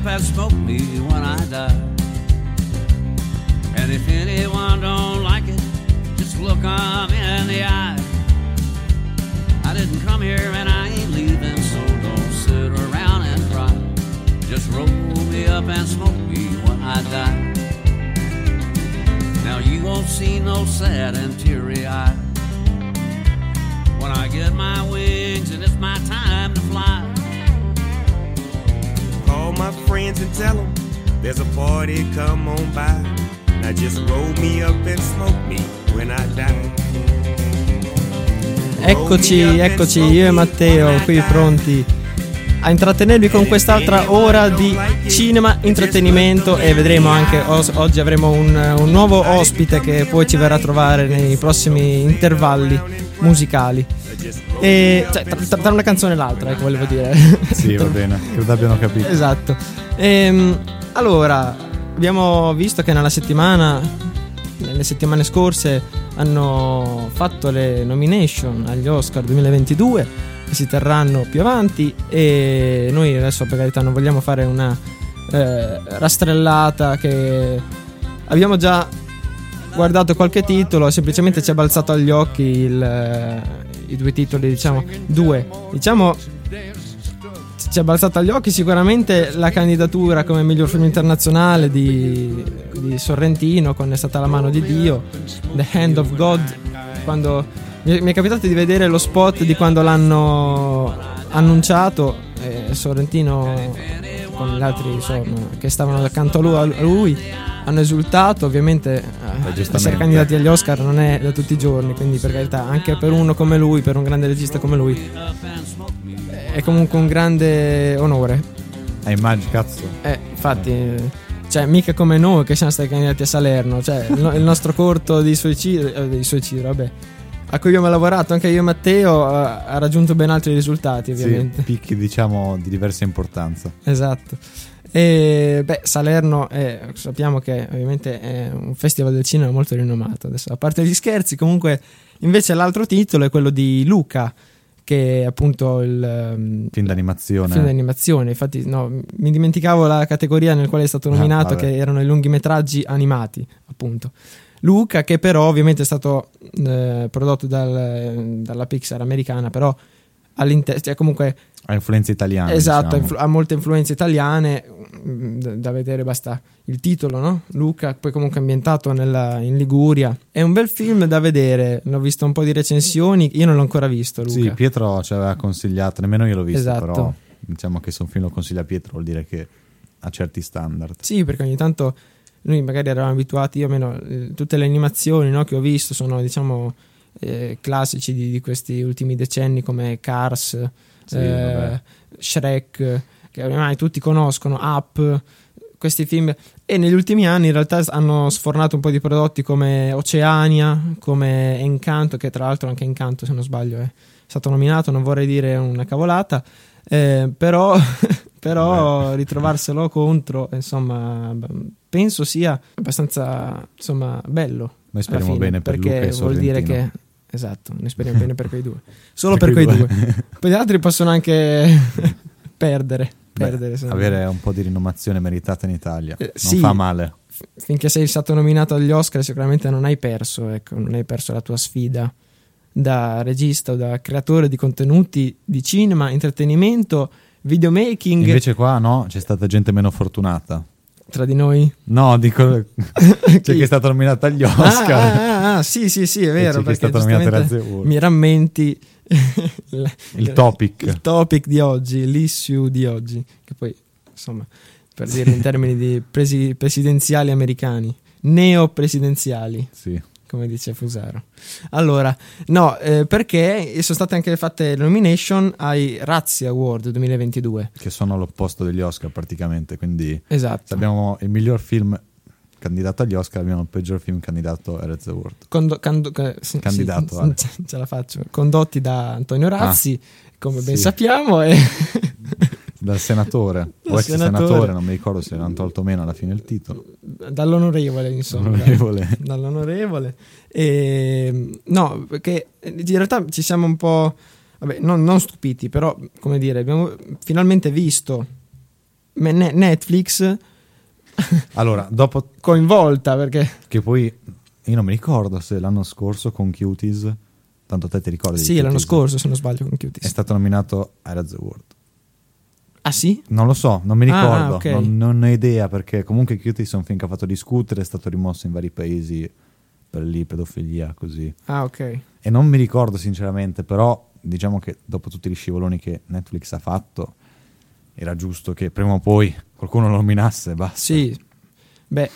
and smoke me when I die. And if anyone don't like it, just look 'em in the eye. I didn't come here and I ain't leaving, so don't sit around and cry. Just roll me up and smoke me when I die. Now you won't see no sad and teary eye when I get my wings and it's my time to fly. Call my friends and tell them there's a party, come on by. Now just roll me up and smoke me when I die. Eccoci, io e Matteo qui pronti a intrattenervi con quest'altra ora di cinema, intrattenimento, e vedremo anche oggi avremo un nuovo ospite che poi ci verrà a trovare nei prossimi intervalli musicali. E cioè, tra una canzone e l'altra, ecco, volevo dire. Sì, va bene, credo abbiano capito. Esatto. Allora, abbiamo visto che nelle settimane scorse hanno fatto le nomination agli Oscar 2022, che si terranno più avanti, e noi adesso per carità non vogliamo fare una rastrellata, che abbiamo già guardato qualche titolo, semplicemente ci è balzato agli occhi i due titoli, ci è balzato agli occhi sicuramente la candidatura come miglior film internazionale di Sorrentino con È stata la mano di Dio, The Hand of God. Quando mi è capitato di vedere lo spot di quando l'hanno annunciato, Sorrentino con gli altri, insomma, che stavano accanto a lui hanno esultato. Ovviamente essere candidati agli Oscar non è da tutti i giorni, quindi per carità, anche per uno come lui, per un grande regista come lui, è comunque un grande onore. Immagino, cazzo. Infatti, cioè, mica come noi che siamo stati candidati a Salerno, cioè il nostro corto di suicidio, vabbè, a cui abbiamo lavorato anche io e Matteo, ha raggiunto ben altri risultati, ovviamente. Sì, picchi, diciamo, di diversa importanza. Esatto. E Salerno sappiamo che ovviamente è un festival del cinema molto rinomato. Adesso, a parte gli scherzi, comunque invece l'altro titolo è quello di Luca, che è appunto il film d'animazione. Infatti mi dimenticavo la categoria nel quale è stato nominato, che erano i lungometraggi animati, appunto. Luca, che però ovviamente è stato prodotto dalla Pixar americana, però cioè comunque ha influenze italiane. Esatto, diciamo. Ha molte influenze italiane, da vedere basta il titolo, no? Luca, poi comunque ambientato in Liguria. È un bel film da vedere, l'ho visto un po' di recensioni, io non l'ho ancora visto, Luca. Sì, Pietro ci aveva consigliato, nemmeno io l'ho visto, esatto. Però diciamo che se un film lo consiglia Pietro vuol dire che ha certi standard. Sì, perché ogni tanto noi magari eravamo abituati, io almeno, tutte le animazioni, no, che ho visto sono, diciamo, classici di questi ultimi decenni, come Cars, Shrek, che ormai tutti conoscono, Up, questi film. E negli ultimi anni in realtà hanno sfornato un po' di prodotti come Oceania, come Encanto, che tra l'altro anche Encanto, se non sbaglio, è stato nominato, non vorrei dire una cavolata, però ritrovarselo contro, insomma, penso sia abbastanza, insomma, bello. Noi speriamo bene per perché Luca e vuol dire Sorrentino. che, esatto, noi speriamo bene per quei due, solo per quei due. Poi gli altri possono anche perdere. Avere un po' di rinomazione meritata in Italia non sì, fa male. Finché sei stato nominato agli Oscar sicuramente non hai perso, ecco, non hai perso la tua sfida da regista o da creatore di contenuti di cinema, intrattenimento, videomaking. Invece qua no, c'è stata gente meno fortunata. Tra di noi? No, dico c'è chi è stato nominato agli Oscar. Sì, è vero, perché è stato nominato mi rammenti il topic di oggi, l'issue di oggi, che poi, insomma, per dire in termini di presidenziali americani, neopresidenziali, sì, come dice Fusaro. Allora, no, perché sono state anche fatte nomination ai Razzie Award 2022, che sono l'opposto degli Oscar praticamente, quindi esatto. Se abbiamo il miglior film candidato agli Oscar, abbiamo il peggior film candidato ai Razzie Award. Candidato, sì, ce la faccio. Condotti da Antonio Razzi, come ben sappiamo, e dal senatore o ex senatore, non mi ricordo se l'hanno tolto meno alla fine il titolo, dall'onorevole, insomma, dall'onorevole. No, perché in realtà ci siamo un po', vabbè, non stupiti, però, come dire, abbiamo finalmente visto Netflix allora, dopo coinvolta, perché che poi io non mi ricordo se l'anno scorso con Cuties, tanto te ti ricordi? Sì, l'anno scorso, se non sbaglio, con Cuties è stato nominato a Razz Award. Ah sì? Non lo so, non mi ricordo, okay. non ho idea, perché comunque Cuties è un film che ha fatto discutere, è stato rimosso in vari paesi per pedofilia, così. Ah, ok. E non mi ricordo sinceramente, però diciamo che dopo tutti gli scivoloni che Netflix ha fatto era giusto che prima o poi qualcuno lo nominasse, basta. Sì, beh,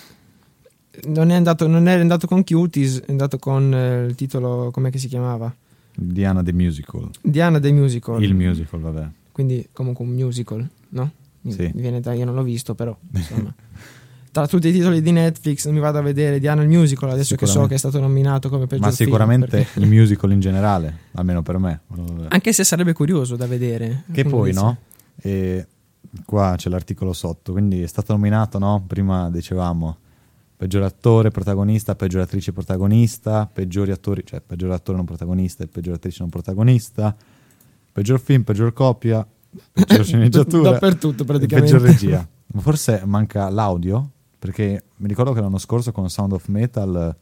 non è andato con Cuties, è andato con il titolo, com'è che si chiamava? Diana the Musical. Diana the Musical. Il musical, vabbè. Quindi comunque un musical, no? Sì. Mi viene io non l'ho visto, però insomma. Tra tutti i titoli di Netflix non mi vado a vedere Diana il musical, adesso che so che è stato nominato come peggior film. Ma sicuramente perché... il musical in generale, almeno per me. Anche se sarebbe curioso da vedere. Che poi, dice. No? E qua c'è l'articolo sotto, quindi è stato nominato, no? Prima dicevamo peggior attore protagonista, peggior attrice protagonista, peggiori attori, cioè peggior attore non protagonista e peggior attrice non protagonista, peggior film, peggior copia, peggior sceneggiatura, dappertutto praticamente. Peggior regia. Ma forse manca l'audio, perché mi ricordo che l'anno scorso con Sound of Metal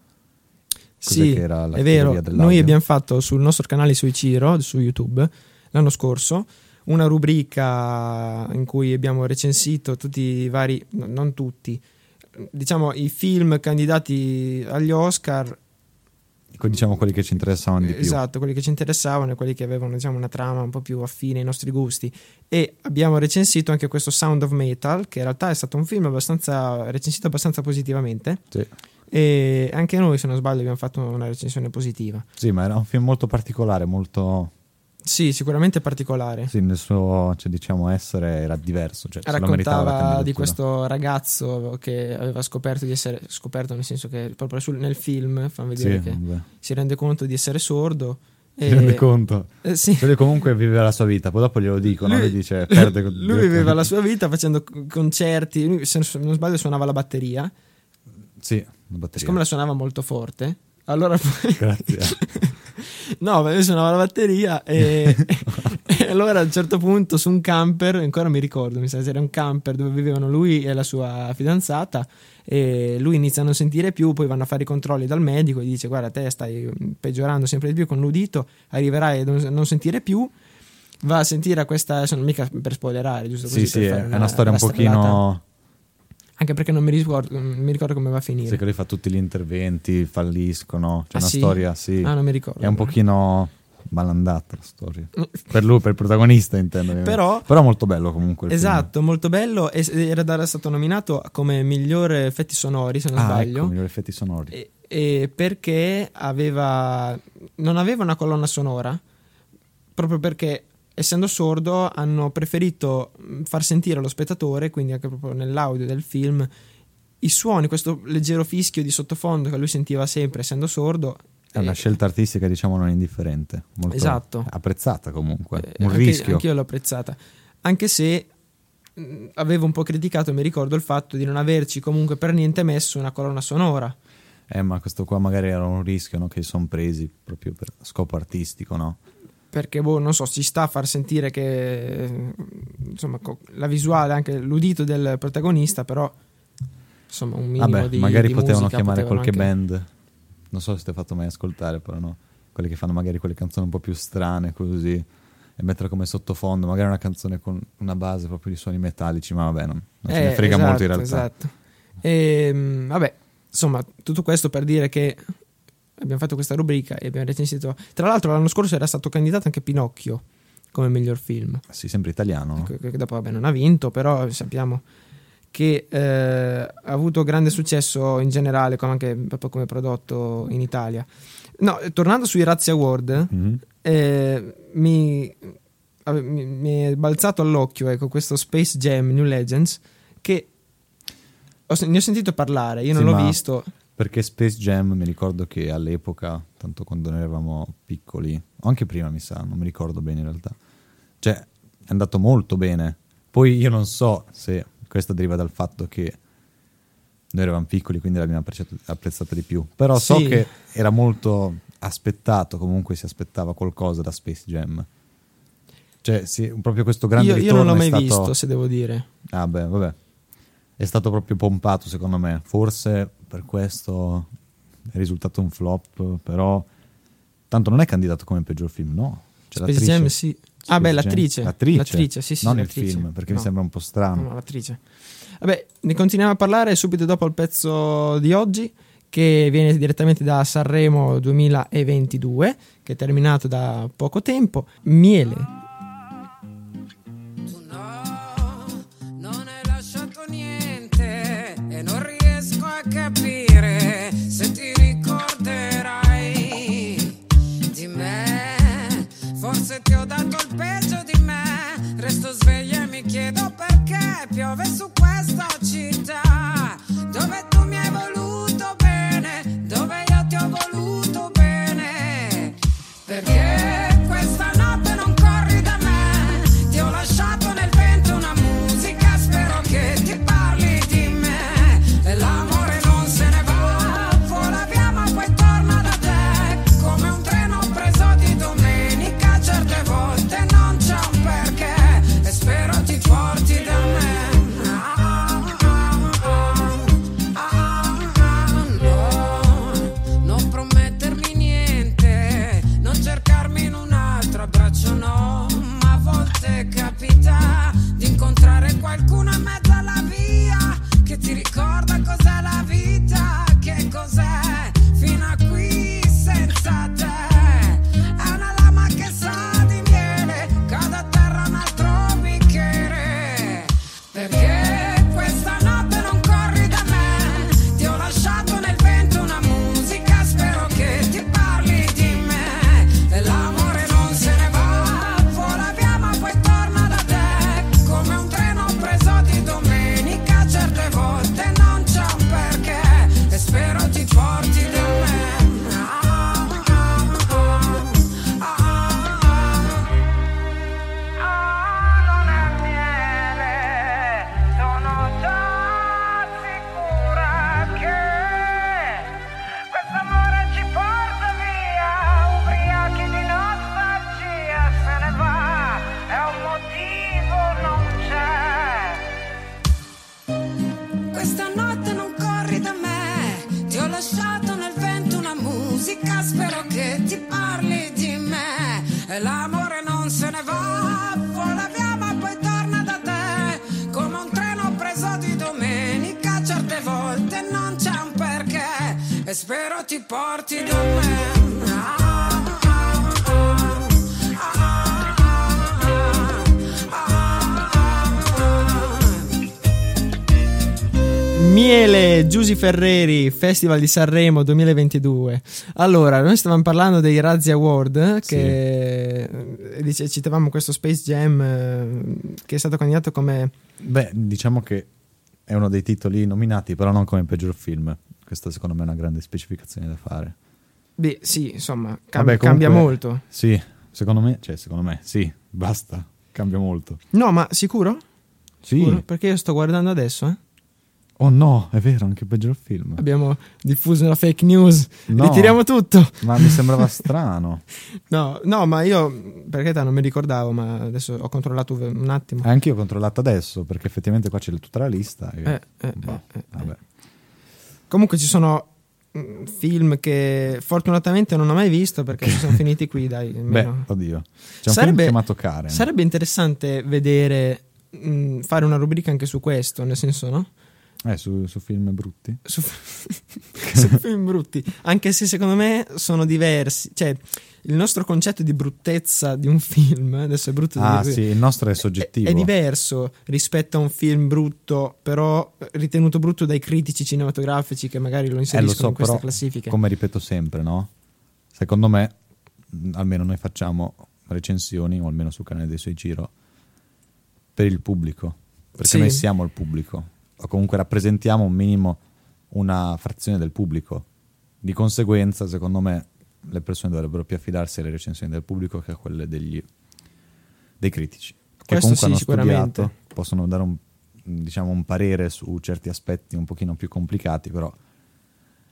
sì, che era la è vero, noi abbiamo fatto sul nostro canale Sui Ciro, su YouTube, l'anno scorso, una rubrica in cui abbiamo recensito tutti i vari, non tutti, diciamo i film candidati agli Oscar, diciamo quelli che ci interessavano di più. Esatto, quelli che ci interessavano e quelli che avevano, diciamo, una trama un po' più affine ai nostri gusti, e abbiamo recensito anche questo Sound of Metal, che in realtà è stato un film recensito abbastanza positivamente. Sì. E anche noi, se non sbaglio, abbiamo fatto una recensione positiva. Sì, ma era un film molto particolare, molto... Sì, sicuramente particolare. Sì, nel suo, cioè, diciamo, essere era diverso. Cioè, raccontava di questo ragazzo che aveva scoperto di essere... Scoperto nel senso che proprio nel film fanno vedere che si rende conto di essere sordo. Si rende conto? Sì. Lui comunque viveva la sua vita, poi dopo glielo dicono, lui dice... lui viveva la sua vita facendo concerti, lui, se non sbaglio, suonava la batteria. Sì, la batteria. Siccome la suonava molto forte, allora poi... Grazie. No, io suonavo la batteria e allora a un certo punto su un camper, ancora mi ricordo, mi sa che era un camper dove vivevano lui e la sua fidanzata, e lui inizia a non sentire più, poi vanno a fare i controlli dal medico e dice: guarda, te stai peggiorando sempre di più con l'udito, arriverai a non sentire più. Va a sentire a questa, sono mica per spoilerare, giusto così? Sì, è una storia un pochino... Anche perché non mi ricordo come va a finire. Sì, che lui fa tutti gli interventi, falliscono. C'è una sì? storia, sì. Ah, non mi ricordo. È un pochino malandata la storia. Per lui, per il protagonista, intendo. Però molto bello comunque. Esatto, film. Molto bello. Era stato nominato come miglior effetti sonori, se non sbaglio. Ecco, miglior effetti sonori. E perché non aveva una colonna sonora, proprio perché, essendo sordo, hanno preferito far sentire allo spettatore, quindi anche proprio nell'audio del film, i suoni, questo leggero fischio di sottofondo che lui sentiva sempre essendo sordo. È una scelta artistica, diciamo, non indifferente, molto esatto. Apprezzata comunque, un rischio. Anche io l'ho apprezzata, anche se avevo un po' criticato, mi ricordo, il fatto di non averci comunque per niente messo una colonna sonora. Ma questo qua magari era un rischio, no? Che sono presi proprio per scopo artistico, no? Perché non so, ci sta a far sentire che insomma la visuale, anche l'udito del protagonista, però insomma un minimo di magari di potevano musica chiamare qualche anche... band, non so se ti hai fatto mai ascoltare, però no, quelli che fanno magari quelle canzoni un po' più strane così e metterla come sottofondo, magari una canzone con una base proprio di suoni metallici, ma vabbè, non ce ne frega molto in realtà. Esatto. E vabbè, insomma, tutto questo per dire che abbiamo fatto questa rubrica e abbiamo recensito. Tra l'altro l'anno scorso era stato candidato anche Pinocchio come miglior film. Sì, sempre italiano, no? Che dopo vabbè non ha vinto, però sappiamo che ha avuto grande successo in generale, anche proprio come prodotto in Italia. No, tornando sui Razzie Award, mi è balzato all'occhio, ecco, questo Space Jam New Legends, che ne ho sentito parlare, io non l'ho visto. Perché Space Jam mi ricordo che all'epoca, tanto quando noi eravamo piccoli, o anche prima mi sa, non mi ricordo bene in realtà, cioè è andato molto bene. Poi io non so se questo deriva dal fatto che noi eravamo piccoli, quindi l'abbiamo apprezzato di più, però so che era molto aspettato, comunque si aspettava qualcosa da Space Jam. Cioè, sì, proprio questo grande Io ritorno non l'ho è mai stato... visto, se devo dire. Ah beh, vabbè. È stato proprio pompato, secondo me. Forse per questo è risultato un flop, però tanto non è candidato come peggior film, no? Cioè, Space Jam, sì. Ah beh, l'attrice. L'attrice, sì, non l'attrice. il film, perché No. mi sembra un po' strano. No, l'attrice. Vabbè, ne continuiamo a parlare subito dopo il pezzo di oggi, che viene direttamente da Sanremo 2022, che è terminato da poco tempo. Miele. Tu no, non hai lasciato niente e non riesco a capire se ti ricorderai di me. Forse ti ho dato il peggio di me, resto sveglia e mi chiedo perché piove su questa città, dove tu mi hai voluto bene, dove io ti ho voluto bene. Perché questa notte non corri da me, ti ho lasciato nel vento una musica, spero che ti parli di me. E l'amore non se ne va, vola via ma poi torna da te, come un treno preso di domenica, certe volte non c'è un perché, e spero ti porti da me. No, non promettermi niente, non cercarmi in un altro abbraccio, no, ma a volte capita di incontrare qualcuno in mezzo alla via che ti ricorda cos'è la vita, che cos'è fino a qui senza te. È una lama che sa di miele, cade a terra un altro bicchiere. Perché questa notte non corri da me, ti ho lasciato nel vento una musica, spero che ti parli di me. E l'amore non se ne va, vola via ma poi torna da te, come un treno preso di domenica, certe volte non c'è un perché, e spero ti porti da me. Non è miele, sono già sicura che questo amore ci porta via, ubriachi di nostalgia, se ne va, è un motivo, non c'è. Questa notte non corri da me, ti ho lasciato nel vento una musica, spero che ti parli di me. E l'amore non se ne va, vola via ma poi torna da te, come un treno preso di domenica, certe volte non c'è un perché, e spero ti porti da me. Miele, Giusy Ferreri, Festival di Sanremo 2022. Allora, noi stavamo parlando dei Razzie Award, che citavamo questo Space Jam che è stato candidato come... Beh, diciamo che è uno dei titoli nominati, però non come peggior film. Questa secondo me è una grande specificazione da fare. Beh, sì, insomma, Vabbè, cambia comunque, molto. Sì, secondo me, sì, basta, cambia molto. No, ma sicuro? Sì. Sicuro? Perché io sto guardando adesso, eh? Oh no, è vero, anche peggior film. Abbiamo diffuso una fake news. No. Ritiriamo tutto. Ma mi sembrava strano. No, ma io per carità non mi ricordavo, ma adesso ho controllato un attimo. Anche io ho controllato adesso, perché effettivamente qua c'è tutta la lista. Vabbè. Comunque ci sono film che fortunatamente non ho mai visto, perché ci sono finiti qui, dai. Almeno. Beh, oddio. C'è un film chiamato Karen. Sarebbe interessante vedere, fare una rubrica anche su questo, nel senso, no? Su film brutti. Su film brutti, anche se secondo me sono diversi, cioè il nostro concetto di bruttezza di un film, adesso è brutto da dire, sì, il nostro è soggettivo, è diverso rispetto a un film brutto, però ritenuto brutto dai critici cinematografici che magari lo inseriscono in queste classifiche. Come ripeto sempre, no? Secondo me, almeno noi facciamo recensioni, o almeno sul canale dei Suoi Giro, per il pubblico, perché noi siamo il pubblico, o comunque rappresentiamo un minimo una frazione del pubblico. Di conseguenza, secondo me, le persone dovrebbero più affidarsi alle recensioni del pubblico che a quelle dei critici, che questo comunque hanno sicuramente studiato, possono dare un parere su certi aspetti un pochino più complicati, però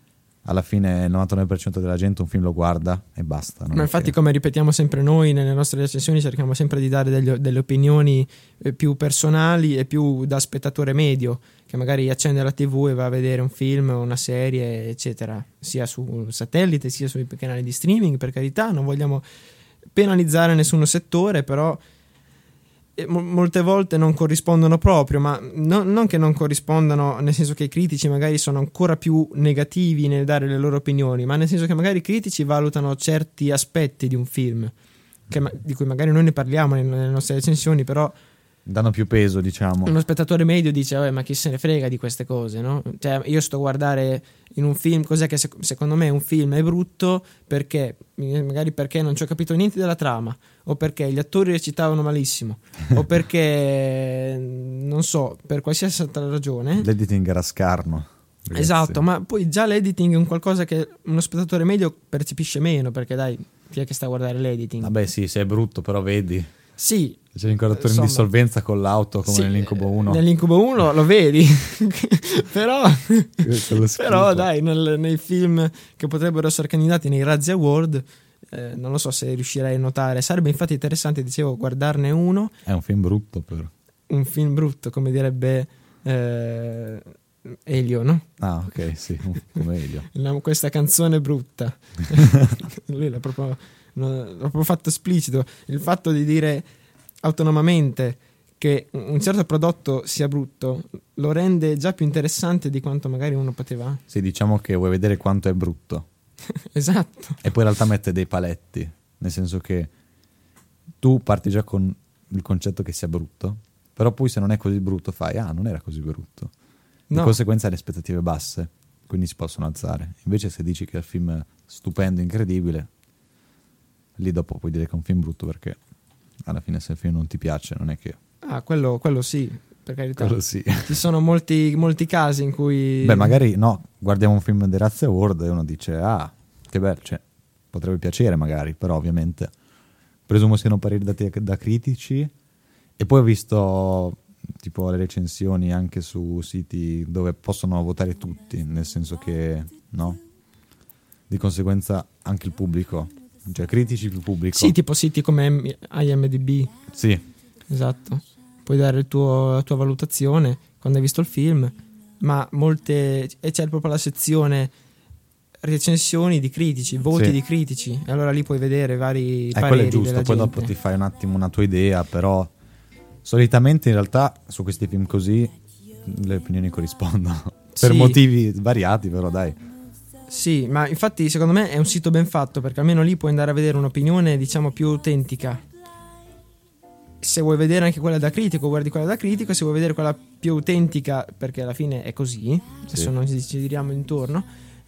alla fine il 99% della gente un film lo guarda e basta. Ma infatti, come ripetiamo sempre noi nelle nostre recensioni, cerchiamo sempre di dare delle opinioni più personali e più da spettatore medio, che magari accende la TV e va a vedere un film o una serie, eccetera, sia su satellite sia sui canali di streaming. Per carità, non vogliamo penalizzare nessun settore, però molte volte non corrispondono proprio, ma non che non corrispondano nel senso che i critici magari sono ancora più negativi nel dare le loro opinioni, ma nel senso che magari i critici valutano certi aspetti di un film di cui magari noi ne parliamo nelle nostre recensioni, però danno più peso, diciamo. Uno spettatore medio dice ma chi se ne frega di queste cose, no? Cioè, io sto a guardare in un film, cos'è che secondo me un film è brutto perché magari perché non ci ho capito niente della trama, o perché gli attori recitavano malissimo, o perché non so, per qualsiasi altra ragione. L'editing era scarno, ragazzi. Esatto, ma poi già l'editing è un qualcosa che uno spettatore medio percepisce meno, perché dai, chi è che sta a guardare l'editing? Vabbè sì, se è brutto però vedi. Sì, c'è l'inquadratore in dissolvenza con l'auto come sì, nell'Incubo 1. Nell'Incubo 1 lo vedi. però dai, nei film che potrebbero essere candidati nei Razzie Award, non lo so se riuscirei a notare. Sarebbe infatti interessante, dicevo, guardarne uno. È un film brutto però. Un film brutto, come direbbe Elio, no? Ah, ok, sì, come Elio. Questa canzone brutta. Lui l'ha proprio fatto esplicito. Il fatto di dire autonomamente che un certo prodotto sia brutto lo rende già più interessante di quanto magari uno poteva. Sì, diciamo che vuoi vedere quanto è brutto. Esatto. E poi in realtà mette dei paletti, nel senso che tu parti già con il concetto che sia brutto, però poi se non è così brutto fai non era così brutto. Di conseguenza le aspettative basse, quindi si possono alzare. Invece se dici che è un film stupendo, incredibile, lì dopo puoi dire che è un film brutto, perché alla fine se il film non ti piace non è che... quello sì, per carità. Quello sì. Ci sono molti casi in cui... Beh, magari guardiamo un film dei Razzie Award e uno dice che bello, cioè potrebbe piacere magari, però ovviamente presumo siano pareri dati da critici. E poi ho visto tipo le recensioni anche su siti dove possono votare tutti, nel senso che di conseguenza anche il pubblico, cioè critici più pubblico. Sì, tipo siti come IMDb. Sì. Esatto. Puoi dare la tua valutazione quando hai visto il film, ma e c'è proprio la sezione recensioni di critici, voti di critici, e allora lì puoi vedere vari pareri quello è giusto, della poi gente. dopo ti fai un attimo una tua idea, però solitamente in realtà su questi film così le opinioni corrispondono per motivi svariati, però dai. Sì, ma infatti secondo me è un sito ben fatto, perché almeno lì puoi andare a vedere un'opinione diciamo più autentica. Se vuoi vedere anche quella da critico, guardi quella da critico. Se vuoi vedere quella più autentica, perché alla fine è così, adesso non ci giriamo intorno,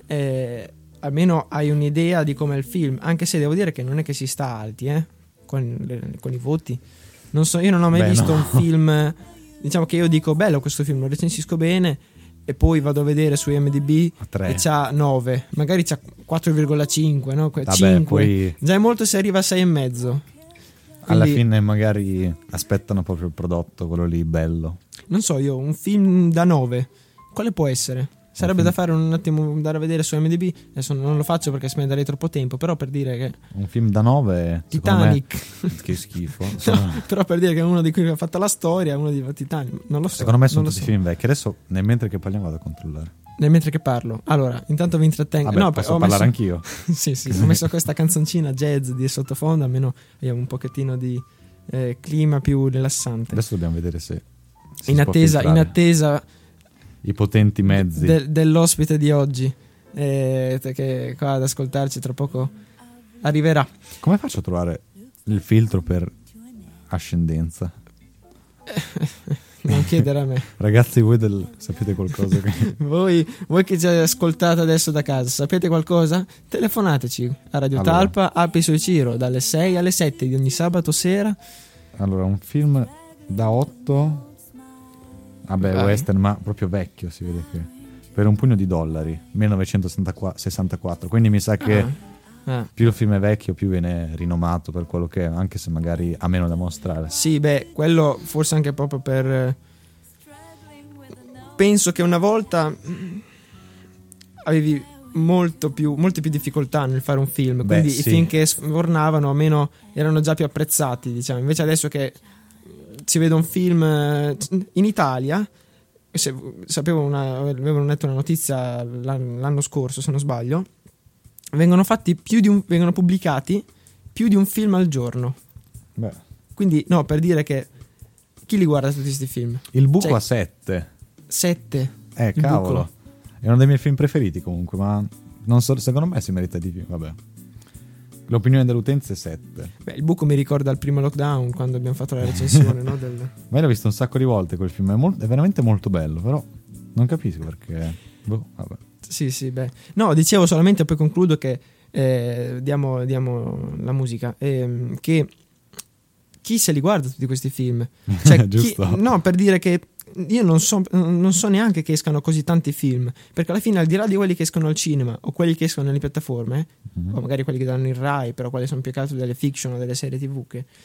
almeno hai un'idea di com'è il film. Anche se devo dire che non è che si sta alti con i voti. Non so, io non ho mai visto un film, diciamo, che io dico bello questo film, lo recensisco bene, e poi vado a vedere su IMDb e c'ha 9, magari c'ha 4,5, no? 5. Poi... già è molto se arriva a 6,5. Alla fine magari aspettano proprio il prodotto, quello lì bello. Non so, io un film da 9 quale può essere? Sarebbe da fare un attimo, andare a vedere su IMDb. Adesso non lo faccio perché spenderei troppo tempo, però per dire che un film da 9 Titanic. Che schifo. Però per dire che è uno di cui ha fatto la storia, uno di Titanic, non lo so. Secondo me sono tutti film vecchi. Adesso nel mentre che parliamo vado a controllare. Nel mentre che parlo. Allora, intanto vi intrattengo. Vabbè, posso parlare anch'io. Sì, ho messo questa canzoncina jazz di sottofondo, almeno abbiamo un pochettino di clima più rilassante. Adesso dobbiamo vedere se in attesa i potenti mezzi dell'ospite di oggi, che qua ad ascoltarci tra poco arriverà. Come faccio a trovare il filtro per ascendenza? Non chiedere a me. Ragazzi, voi sapete qualcosa? voi che ci ascoltate adesso da casa, sapete qualcosa? Telefonateci a Radio Talpa, Alpi sui Ciro, dalle 6 alle 7 di ogni sabato sera. Allora, un film da 8. Vabbè, western, ma proprio vecchio, si vede che per $1 pugno, 1964. Quindi mi sa che più il film è vecchio, più viene rinomato per quello che è, anche se magari ha meno da mostrare. Sì, quello forse anche proprio per... Penso che una volta avevi molte più difficoltà nel fare un film, quindi sì. i film che sfornavano almeno erano già più apprezzati, diciamo. Invece adesso che si vede un film in Italia, avevo letto una notizia l'anno scorso, se non sbaglio, vengono pubblicati più di un film al giorno. Beh. Quindi no, per dire che chi li guarda tutti questi film? Il buco Cioè, a 7. 7. Cavolo. Buco. È uno dei miei film preferiti comunque, ma non so, secondo me si merita di più. Vabbè. L'opinione dell'utenza è 7. Beh, il buco mi ricorda il primo lockdown, quando abbiamo fatto la recensione, no? Ma io l'ho visto un sacco di volte quel film, è veramente molto bello, però non capisco perché. Vabbè. Sì, beh. No, dicevo solamente, poi concludo che diamo la musica, che chi se li guarda tutti questi film? Cioè, Giusto. no, per dire che io non so neanche che escano così tanti film, perché alla fine, al di là di quelli che escono al cinema o quelli che escono nelle piattaforme, o magari quelli che danno in Rai, però quelli sono più che altro delle fiction o delle serie TV,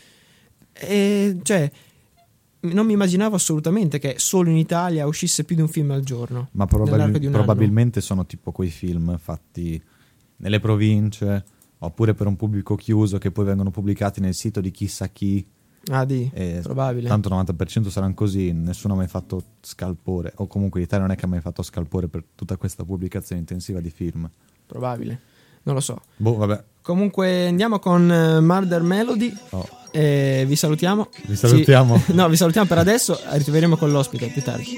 cioè non mi immaginavo assolutamente che solo in Italia uscisse più di un film al giorno. Ma nell'arco di un probabilmente sono tipo quei film fatti nelle province, oppure per un pubblico chiuso, che poi vengono pubblicati nel sito di chissà chi. Probabile. Tanto 90% saranno così, nessuno ha mai fatto scalpore, o comunque l'Italia non è che ha mai fatto scalpore per tutta questa pubblicazione intensiva di film. Probabile, non lo so. Vabbè. Comunque andiamo con Murder Melody. Vi salutiamo. Vi salutiamo. No, vi salutiamo per adesso, ritroveremo con l'ospite più tardi.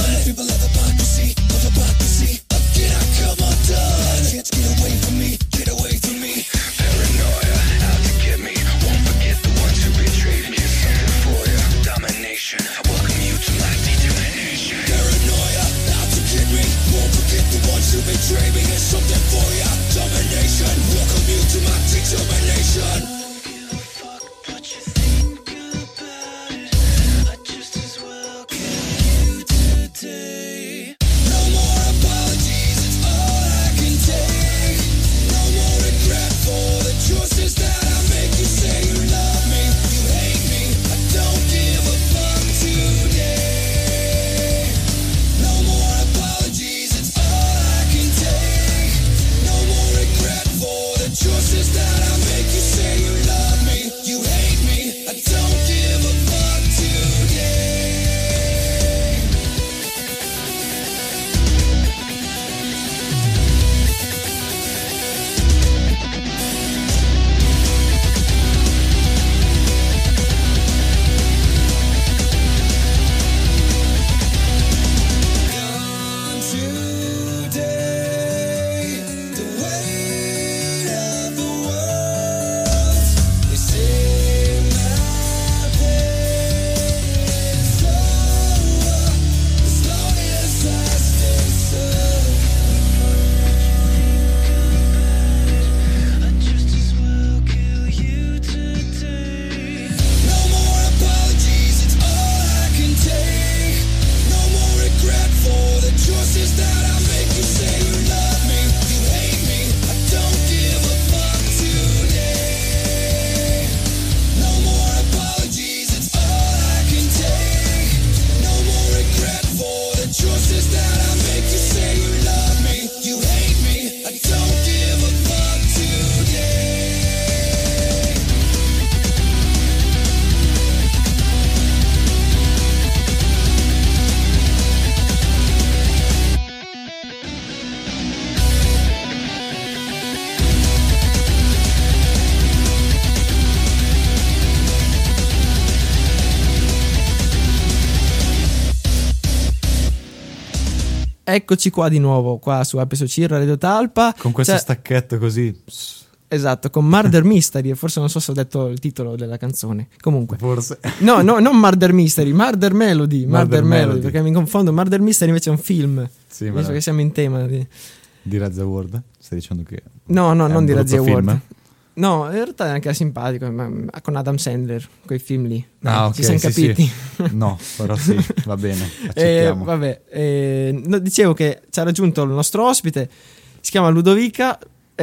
Get away from me, get away. Eccoci qua di nuovo, qua su Episodio C, Radio Talpa. Con questo C'è- stacchetto così. Esatto, con Murder Mystery, forse non so se ho detto il titolo della canzone. Comunque. Forse. No, non Murder Mystery, Murder Melody. Murder Melody, Melody. perché mi confondo. Murder Mystery invece è un film. Sì, ma Visto che siamo in tema. di Razzie Award? Stai dicendo che No, è non un di brutto Razzie film? Award. No, in realtà è anche simpatico, ma con Adam Sandler, quei film lì. Ah, Ci ok, siamo sì, capiti. sì. No, però sì, va bene, accettiamo. Vabbè, no, dicevo che ci ha raggiunto il nostro ospite, si chiama Ludovica.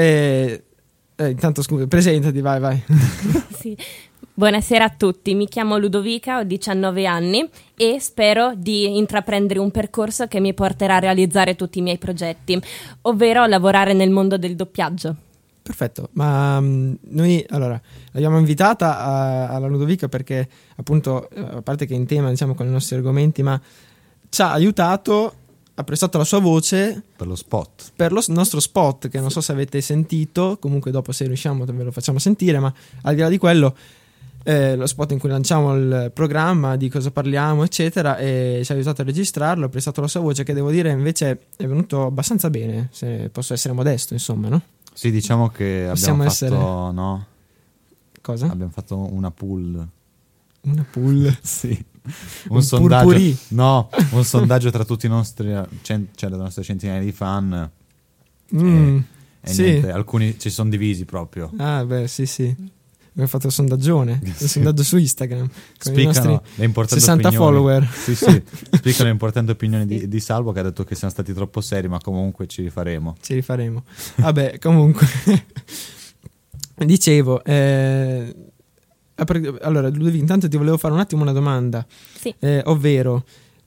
Intanto scusa, presentati, vai. Sì. Buonasera a tutti, mi chiamo Ludovica, ho 19 anni e spero di intraprendere un percorso che mi porterà a realizzare tutti i miei progetti, ovvero lavorare nel mondo del doppiaggio. Perfetto, ma noi allora l'abbiamo invitata alla Ludovica perché appunto, a parte che è in tema diciamo con i nostri argomenti, ma ci ha aiutato, ha prestato la sua voce Per lo spot. per lo nostro spot, che non so se avete sentito, comunque dopo se riusciamo ve lo facciamo sentire, ma al di là di quello lo spot in cui lanciamo il programma, di cosa parliamo eccetera, e ci ha aiutato a registrarlo, ha prestato la sua voce che devo dire invece è venuto abbastanza bene, se posso essere modesto insomma, no? Sì, diciamo che Possiamo abbiamo essere- fatto, no? Cosa? Abbiamo fatto una pool. Una pool. Sì. Un sondaggio. purpurì. No, un sondaggio tra tutti i nostri, cioè le nostre centinaia di fan. E sì. niente, alcuni ci sono divisi proprio. Ah, beh, sì. Abbiamo fatto il sondaggione, il sondaggio su Instagram con i Spiccano nostri le importanti 60 opinioni. follower. Sì, spiccano le importanti opinioni di Salvo, che ha detto che siamo stati troppo seri, ma comunque ci rifaremo. Ci rifaremo. Vabbè, comunque dicevo, allora Ludovico, intanto ti volevo fare un attimo una domanda, Sì. Ovvero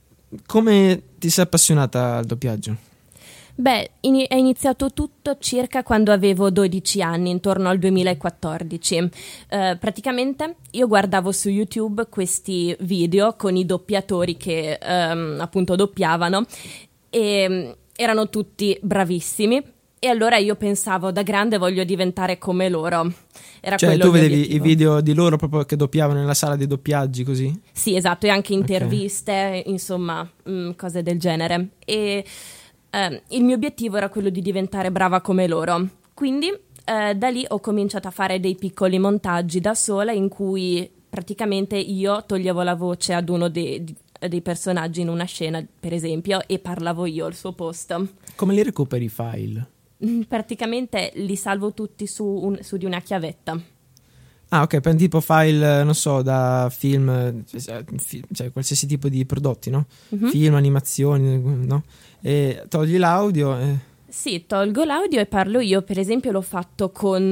come ti sei appassionata al doppiaggio? Beh, è iniziato tutto circa quando avevo 12 anni, intorno al 2014. Praticamente io guardavo su YouTube questi video con i doppiatori che appunto doppiavano e erano tutti bravissimi e allora io pensavo da grande voglio diventare come loro. Era Cioè quello tu il mio vedevi obiettivo. i video di loro proprio che doppiavano nella sala di doppiaggi così? Sì, esatto, e anche interviste, insomma, cose del genere. E il mio obiettivo era quello di diventare brava come loro. Quindi da lì ho cominciato a fare dei piccoli montaggi da sola in cui praticamente io toglievo la voce ad uno dei personaggi in una scena, per esempio, e parlavo io al suo posto. Come li recuperi i file? Praticamente li salvo tutti su di una chiavetta. Ah, ok, per tipo file, non so, da film, cioè qualsiasi tipo di prodotti, no? Mhm. Film, animazioni, no? E togli l'audio Sì, tolgo l'audio e parlo io. Per esempio l'ho fatto con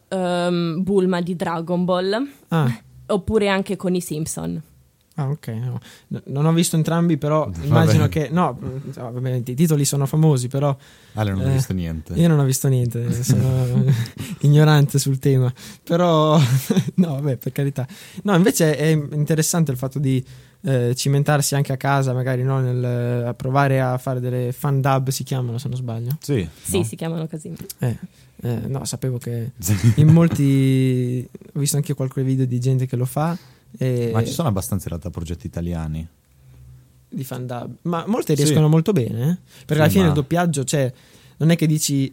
Bulma di Dragon Ball, Ah, oppure anche con i Simpson. ok, no. Non ho visto entrambi, però immagino che... No, vabbè, i titoli sono famosi, però Ale non ho visto niente. io non ho visto niente, sono ignorante sul tema. Però, no, vabbè, per carità. No, invece è interessante il fatto di cimentarsi anche a casa, magari, no? A provare a fare delle fan dub, si chiamano, se non sbaglio. Sì, Sì, no? si chiamano così. No, sapevo che in molti... Ho visto anche qualche video di gente che lo fa. Ma ci sono abbastanza in realtà progetti italiani. Di fan dub, ma molte Sì. riescono molto bene, perché Sì, alla fine ma- il doppiaggio, cioè, non è che dici...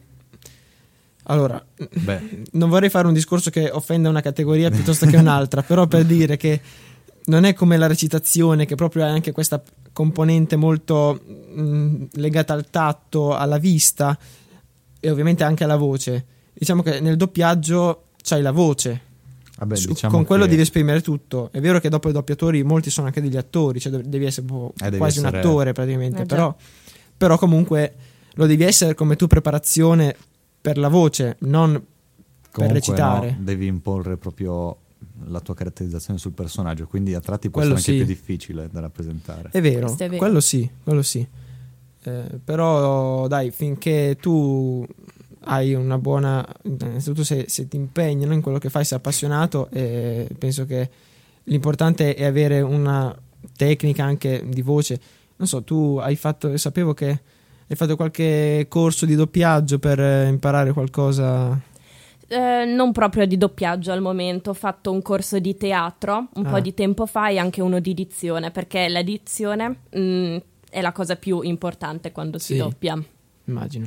Allora, Beh, non vorrei fare un discorso che offenda una categoria piuttosto che un'altra, però per dire che non è come la recitazione, che proprio ha anche questa componente molto legata al tatto, alla vista e ovviamente anche alla voce. Diciamo che nel doppiaggio c'hai la voce. vabbè, diciamo Con quello che devi esprimere tutto. È vero che dopo i doppiatori molti sono anche degli attori, cioè devi essere devi quasi un essere- attore praticamente, già. però comunque lo devi essere come tu preparazione per la voce, non per comunque, recitare. no, devi imporre proprio la tua caratterizzazione sul personaggio, quindi a tratti può Quello essere anche sì. più difficile da rappresentare. È vero, Questo è vero. quello sì. Però dai, finché tu hai una buona, innanzitutto se ti impegni, no, in quello che fai, sei appassionato, e penso che l'importante è avere una tecnica anche di voce. Non so, tu sapevo che hai fatto qualche corso di doppiaggio per imparare qualcosa? Non proprio di doppiaggio al momento, ho fatto un corso di teatro un po' di tempo fa e anche uno di dizione, perché la dizione è la cosa più importante quando si doppia. Immagino.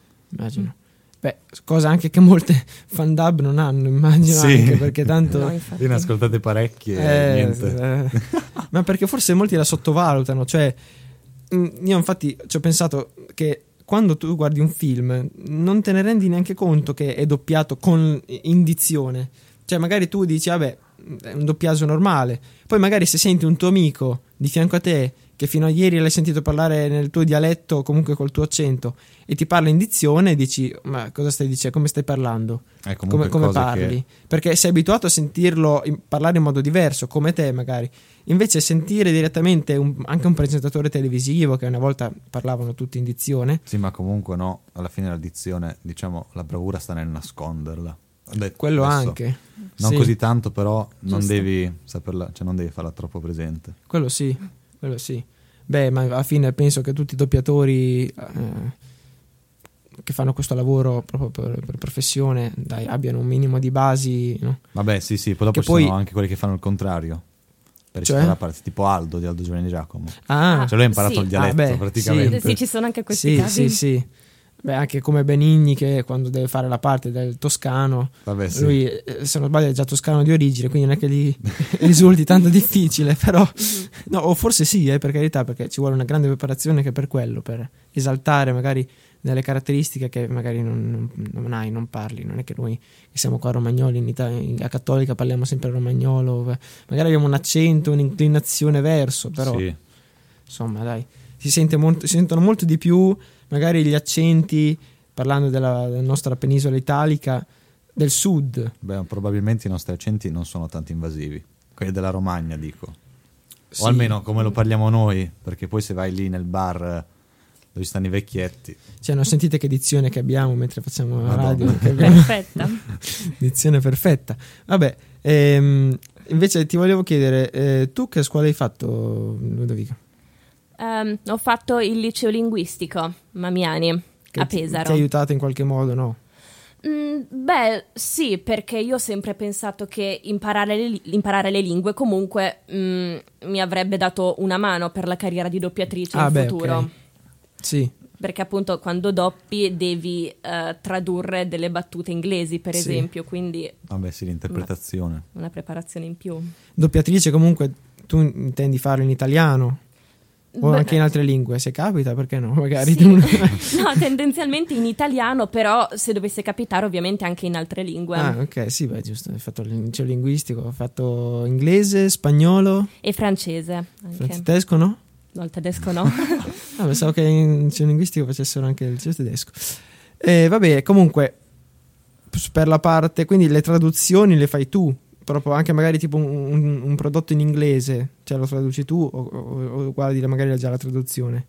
Beh, cosa anche che molte fan dub non hanno, immagino, anche perché tanto... No, io ne ascoltate parecchie e niente. Ma perché forse molti la sottovalutano, cioè io infatti ci ho pensato che quando tu guardi un film non te ne rendi neanche conto che è doppiato in dizione, cioè magari tu dici vabbè è un doppiaggio normale, poi magari se senti un tuo amico di fianco a te che fino a ieri l'hai sentito parlare nel tuo dialetto o comunque col tuo accento e ti parla in dizione, dici ma cosa stai dicendo, come stai parlando, come parli, perché sei abituato a sentirlo parlare in modo diverso come te magari, invece sentire direttamente anche un presentatore televisivo che una volta parlavano tutti in dizione. Sì, ma comunque no, alla fine la dizione, diciamo, la bravura sta nel nasconderla. Quello adesso, anche non così tanto, però non devi saperla, cioè non devi farla troppo presente. Quello sì. Beh, ma alla fine penso che tutti i doppiatori che fanno questo lavoro proprio per professione, dai, abbiano un minimo di basi, no? Vabbè, sì, poi dopo ci sono anche quelli che fanno il contrario. Per la parte tipo Aldo di Aldo Giovanni Giacomo. Cioè lui ha imparato il dialetto praticamente. Sì, ci sono anche questi casi. Sì. Beh, anche come Benigni che quando deve fare la parte del toscano, lui se non sbaglio è già toscano di origine, quindi non è che gli risulti tanto difficile, però no, o forse sì, per carità, perché ci vuole una grande preparazione anche per quello, per esaltare magari delle caratteristiche che magari non parli. Non è che noi che siamo qua romagnoli a Cattolica parliamo sempre romagnolo, magari abbiamo un accento, un'inclinazione verso, però insomma dai, si sentono molto di più magari gli accenti, parlando della nostra penisola italica, del sud. Beh, probabilmente i nostri accenti non sono tanto invasivi, quelli della Romagna dico, o almeno come lo parliamo noi, perché poi se vai lì nel bar dove stanno i vecchietti, cioè non sentite che dizione che abbiamo mentre facciamo la radio, perfetta. Dizione perfetta. Vabbè, invece ti volevo chiedere, tu che scuola hai fatto, Ludovica? Ho fatto il liceo linguistico Mamiani a Pesaro. Ti ha aiutato in qualche modo, no? Beh, sì, perché io ho sempre pensato che imparare le lingue comunque mi avrebbe dato una mano per la carriera di doppiatrice in futuro. Okay. Sì. Perché appunto quando doppi devi tradurre delle battute inglesi, per esempio, quindi... Vabbè, sì, l'interpretazione. Una preparazione in più. Doppiatrice comunque tu intendi farlo in italiano? O anche in altre lingue, se capita, perché no? Magari sì. No, tendenzialmente in italiano, però se dovesse capitare ovviamente anche in altre lingue. Ah, ok, sì, beh, giusto, hai fatto il liceo linguistico, ho fatto inglese, spagnolo e francese anche. Tedesco no? No, il tedesco no. Pensavo che in liceo linguistico facessero anche il liceo tedesco. Vabbè, comunque per la parte, quindi le traduzioni le fai tu, proprio anche magari tipo un prodotto in inglese, cioè lo traduci tu o guardi magari già la traduzione?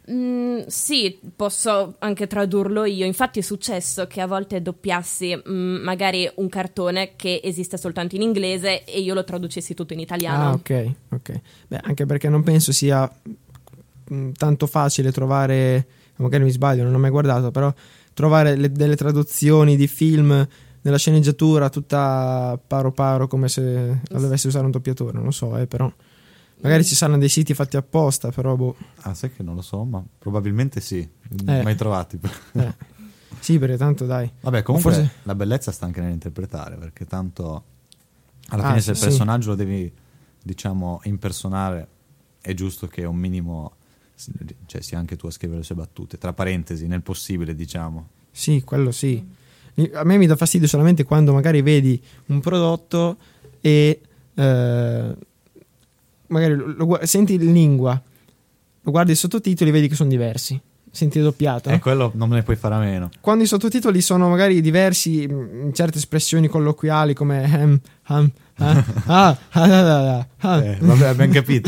Sì, posso anche tradurlo io. Infatti è successo che a volte doppiassi magari un cartone che esiste soltanto in inglese e io lo traducessi tutto in italiano. Ah, ok. Beh, anche perché non penso sia tanto facile trovare, magari mi sbaglio, non ho mai guardato, però trovare delle traduzioni di film nella sceneggiatura tutta paro come se la dovesse usare un doppiatore, non lo so, però magari ci saranno dei siti fatti apposta, però boh. Ah, sai che non lo so, ma probabilmente sì, mai trovati. Sì, perché tanto dai. Vabbè, comunque la bellezza sta anche nell'interpretare, perché tanto alla fine se il personaggio lo devi, diciamo, impersonare, è giusto che un minimo, cioè sia anche tu a scrivere le sue battute, tra parentesi, nel possibile, diciamo. Sì, quello sì. A me mi dà fastidio solamente quando magari vedi un prodotto e magari senti in lingua, lo guardi i sottotitoli e vedi che sono diversi, senti doppiato. Quello non me ne puoi fare a meno. Quando i sottotitoli sono magari diversi in certe espressioni colloquiali come vabbè, abbiamo capito.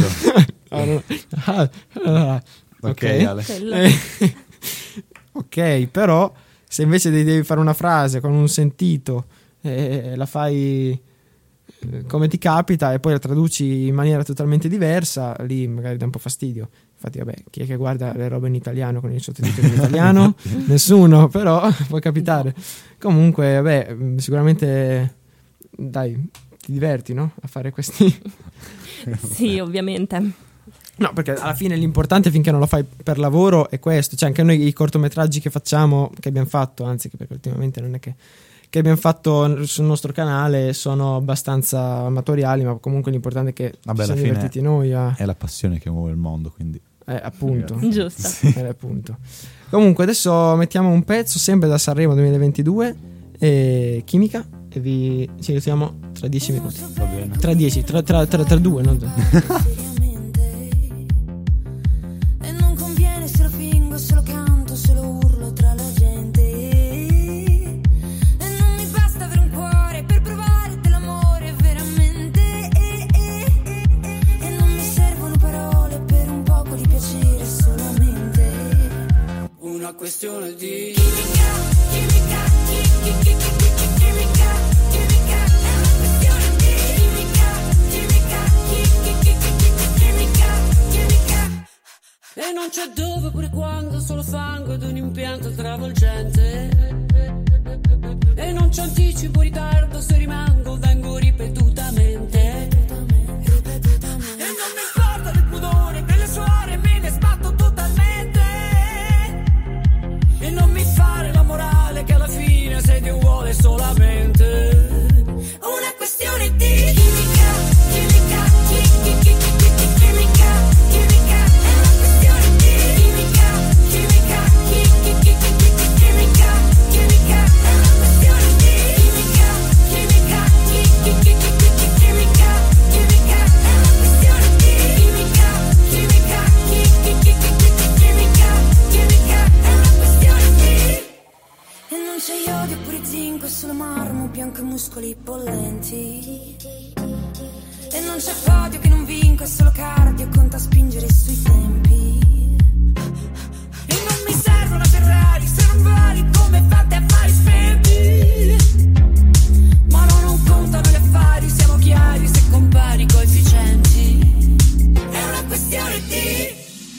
Ok, Ale. Ok, però Se invece devi fare una frase con un sentito la fai come ti capita e poi la traduci in maniera totalmente diversa, lì magari dà un po' fastidio. Infatti vabbè, chi è che guarda le robe in italiano con i sottotitoli in italiano? Nessuno, però può capitare. Comunque vabbè, sicuramente dai, ti diverti, no? A fare questi Sì, ovviamente. no, perché alla fine l'importante finché non lo fai per lavoro è questo. Cioè anche noi i cortometraggi che facciamo, che abbiamo fatto, anzi che perché ultimamente non è che abbiamo fatto sul nostro canale sono abbastanza amatoriali, ma comunque l'importante è che ci siamo divertiti noi è la passione che muove il mondo, quindi appunto. Giusto. Sì. Appunto. Comunque adesso mettiamo un pezzo sempre da Sanremo 2022 Chimica e ci vediamo tra 10 minuti. va bene. Tra 10, tra 2, no? E non conviene se lo fingo, se lo canto, se lo urlo tra la gente. E non mi basta avere un cuore per provare dell'amore veramente. E non mi servono parole per un poco di piacere solamente. Una questione di Chimica, chimica, chimica, chimica, chimica, è una questione di chimica, chimica, chimica, chimica. E non c'è dove pure quando, solo fango ed un impianto travolgente. E non c'è anticipo, ritardo, se rimango vengo ripetutamente. E non mi importa del pudore, delle suore, me ne sbatto totalmente. E non mi fare la morale che alla fine sei Dio vuole solamente. Una questione di chimica, chimica, chimica, chimica, chimica, è una questione di chimica, chimica, chimica, chimica, chimica, è una questione di chimica, chimica, chimica, chimica, chimica, è una questione di chimica, chimica, chimica, chimica, è una questione di. E non c'è iodio pure zinco, solo marmo bianco e muscoli bollenti. E non c'è podio che non vinco, è solo cardio, conta spingere sui tempi. E non mi serve una Ferrari se non vali come fate affari spenti. Ma no, non contano gli affari, siamo chiari se compari i coefficienti. È una questione di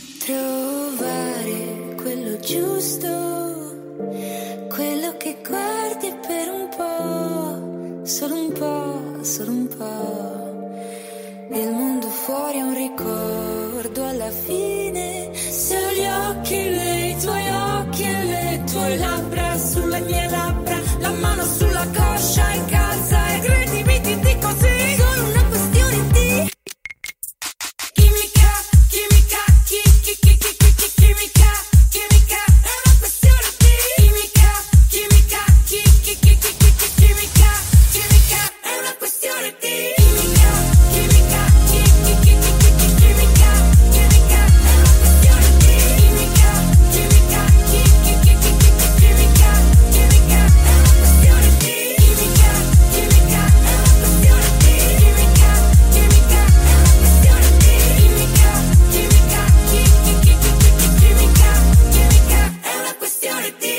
trovare quello giusto, quello che guardi per un po', solo un po', solo un po'. Il mondo fuori è un ricordo alla fine. Se ho gli occhi, i tuoi occhi e le tue labbra sulle mie labbra, la mano sulla coscia e calza e credimi ti dico sì. Solo una questione di chimica, chimica, chimica, chimica, chimica, è una questione di chimica, chimica, chimica, chimica, chimica, è una questione di chimica, chimica, chimica, chimica, chimica, è una questione di chimica, chimica, chimica, chimica, chimica, è una questione di chimica, chimica, è una questione di chimica, chimica, è una questione di chimica, chimica, chimica, chimica, è una questione di.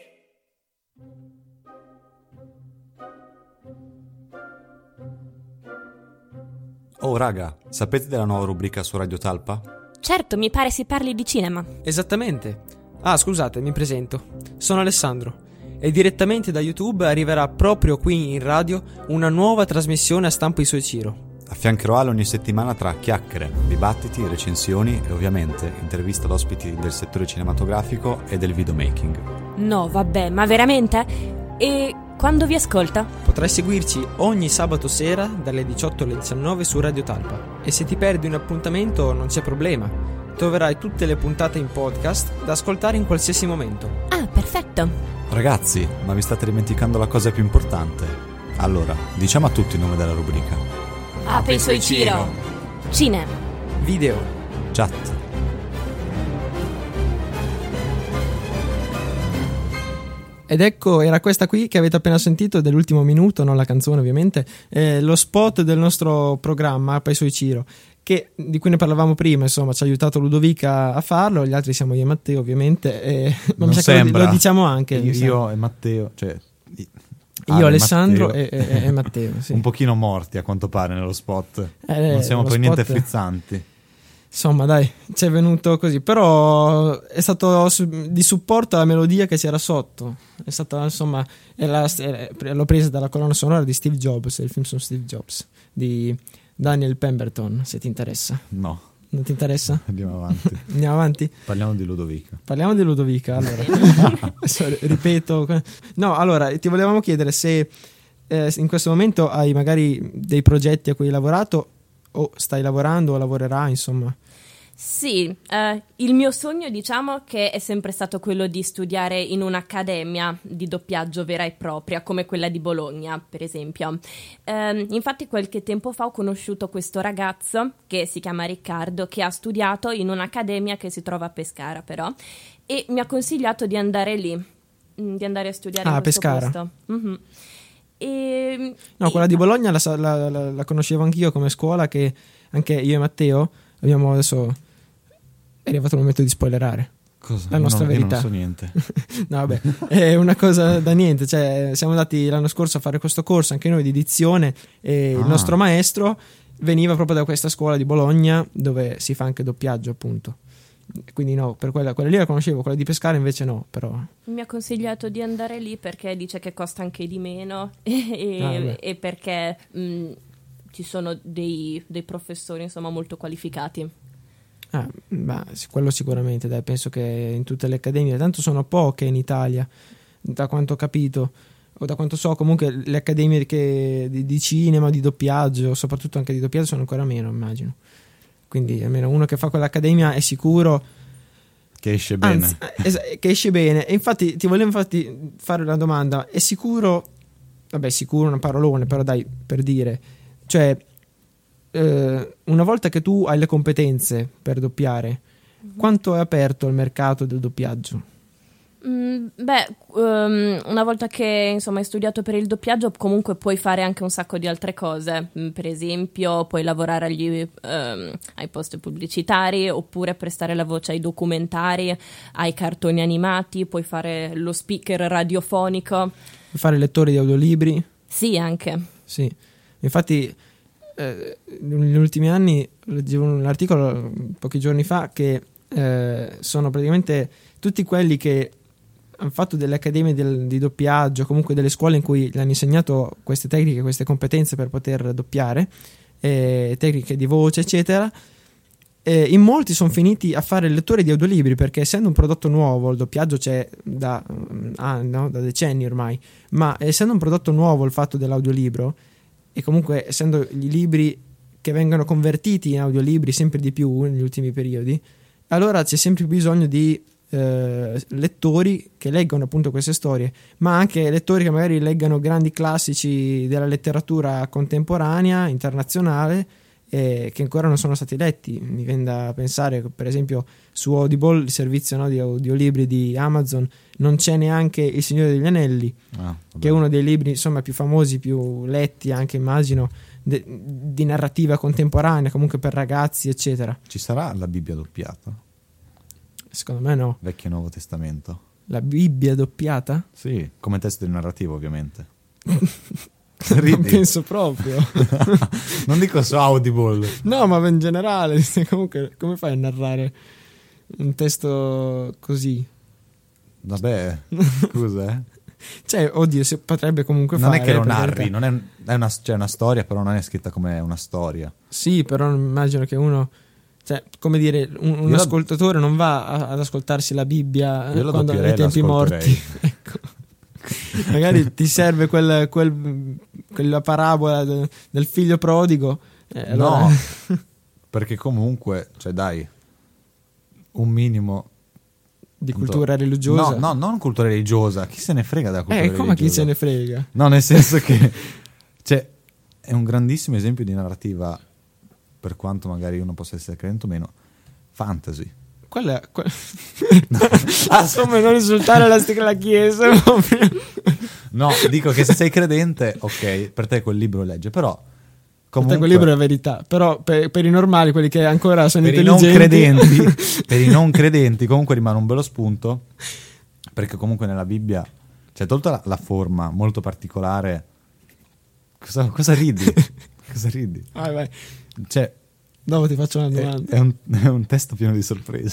Oh raga, sapete della nuova rubrica su Radio Talpa? Certo, mi pare si parli di cinema. Esattamente. Ah, scusate, mi presento. Sono Alessandro e direttamente da YouTube arriverà proprio qui in radio una nuova trasmissione a Stampo i suoi Ciro. Affiancherò Ale ogni settimana tra chiacchiere, dibattiti, recensioni e ovviamente interviste ad ospiti del settore cinematografico e del videomaking. No, vabbè, ma veramente? E quando vi ascolta? Potrai seguirci ogni sabato sera dalle 18 alle 19 su Radio Talpa. E se ti perdi un appuntamento non c'è problema. Troverai tutte le puntate in podcast da ascoltare in qualsiasi momento. Ah, perfetto. Ragazzi, ma vi state dimenticando la cosa più importante. Allora, diciamo a tutti il nome della rubrica. Apri i suoi Ciro. Cine. Video. Ed ecco, era questa qui che avete appena sentito dell'ultimo minuto, non la canzone ovviamente, lo spot del nostro programma Pai Sui Ciro, di cui ne parlavamo prima, insomma ci ha aiutato Ludovica a farlo, gli altri siamo io e Matteo ovviamente, ma mi sa che lo diciamo anche. Io e Matteo, cioè io, Alessandro e Matteo, sì. Un pochino morti a quanto pare nello spot, non siamo per niente frizzanti. Insomma dai, ci è venuto così, però è stato di supporto alla melodia che c'era sotto, è stata insomma, l'ho presa dalla colonna sonora di Steve Jobs, il film su Steve Jobs, di Daniel Pemberton, se ti interessa. No. Non ti interessa? Andiamo avanti. Andiamo avanti? Parliamo di Ludovica, allora. Ripeto. No, allora, ti volevamo chiedere se in questo momento hai magari dei progetti a cui hai lavorato o stai lavorando o lavorerai, insomma. Sì, il mio sogno diciamo che è sempre stato quello di studiare in un'accademia di doppiaggio vera e propria, come quella di Bologna, per esempio. Infatti qualche tempo fa ho conosciuto questo ragazzo che si chiama Riccardo, che ha studiato in un'accademia che si trova a Pescara però, e mi ha consigliato di andare lì, di andare a studiare in questo Pescara. posto. Mm-hmm. Quella di Bologna la conoscevo anch'io come scuola, che anche io e Matteo abbiamo adesso... È arrivato il momento di spoilerare. Cosa? La nostra verità. Io non so niente. No, vabbè, è una cosa da niente. Cioè, siamo andati l'anno scorso a fare questo corso, anche noi di dizione, e il nostro maestro veniva proprio da questa scuola di Bologna, dove si fa anche doppiaggio, appunto. Quindi no, per quella lì la conoscevo, quella di Pescara invece no, però. Mi ha consigliato di andare lì perché dice che costa anche di meno e perché ci sono dei professori, insomma, molto qualificati. Quello sicuramente, dai, penso che in tutte le accademie, tanto sono poche in Italia, da quanto ho capito, o da quanto so, comunque le accademie di cinema, di doppiaggio, soprattutto anche di doppiaggio, sono ancora meno, immagino. Quindi almeno uno che fa quell'accademia è sicuro che esce bene. Anzi, che esce bene. E infatti ti volevo fare una domanda: è sicuro? Vabbè, sicuro è una parolone, però dai, per dire, cioè una volta che tu hai le competenze per doppiare, quanto è aperto il mercato del doppiaggio? Una volta che insomma hai studiato per il doppiaggio, comunque puoi fare anche un sacco di altre cose. Per esempio puoi lavorare ai post pubblicitari, oppure prestare la voce ai documentari, ai cartoni animati, puoi fare lo speaker radiofonico, Fare lettore di audiolibri? Sì, anche. Sì, infatti negli ultimi anni leggevo un articolo pochi giorni fa che sono praticamente tutti quelli che hanno fatto delle accademie di doppiaggio, comunque delle scuole in cui gli hanno insegnato queste tecniche, queste competenze per poter doppiare, tecniche di voce eccetera, in molti sono finiti a fare il lettore di audiolibri, perché essendo un prodotto nuovo, il doppiaggio c'è da decenni ormai, ma essendo un prodotto nuovo il fatto dell'audiolibro, e comunque essendo gli libri che vengono convertiti in audiolibri sempre di più negli ultimi periodi, allora c'è sempre più bisogno di lettori che leggono appunto queste storie, ma anche lettori che magari leggano grandi classici della letteratura contemporanea, internazionale, che ancora non sono stati letti. Mi viene da pensare, per esempio, su Audible, il servizio di audiolibri di Amazon, non c'è neanche Il Signore degli Anelli, che è uno dei libri insomma più famosi, più letti anche, immagino, di narrativa contemporanea, comunque per ragazzi eccetera. Ci sarà la Bibbia doppiata? Secondo me no. Vecchio e Nuovo Testamento? La Bibbia doppiata? Sì, come testo di narrativo ovviamente. Non penso proprio. Non dico su Audible. No, ma in generale, comunque, come fai a narrare un testo così? Vabbè, scusa, Cioè, oddio, si potrebbe comunque non fare. Non è che lo narri, c'è una storia, però non è scritta come una storia. Sì, però immagino che uno, cioè, come dire, un ascoltatore non va ad ascoltarsi la Bibbia quando nei tempi morti. Ecco. Magari ti serve quella parabola del figlio prodigo. Allora... No, perché comunque, cioè dai, un minimo di cultura religiosa. No, non cultura religiosa. Chi se ne frega della cultura religiosa? Come chi se ne frega? No, nel senso che cioè, è un grandissimo esempio di narrativa, per quanto magari uno possa essere credente o meno, fantasy. quella insomma, non insultare la chiesa. No, dico che se sei credente, ok, per te quel libro legge, però comunque, quel libro è verità, però per i normali, quelli che ancora sono per intelligenti, per i non credenti comunque rimane un bello spunto, perché comunque nella Bibbia c'è tolta la forma molto particolare. Cosa ridi? Cosa ridi? Vai. Cioè, dopo ti faccio una domanda. È un testo pieno di sorprese.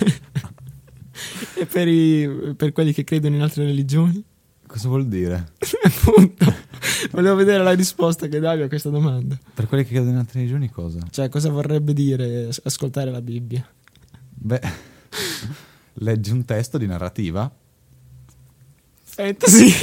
E per quelli che credono in altre religioni? Cosa vuol dire? Appunto, volevo vedere la risposta che davi a questa domanda. Per quelli che credono in altre religioni cosa? Cioè, cosa vorrebbe dire ascoltare la Bibbia? Beh, leggi un testo di narrativa. Fantasy.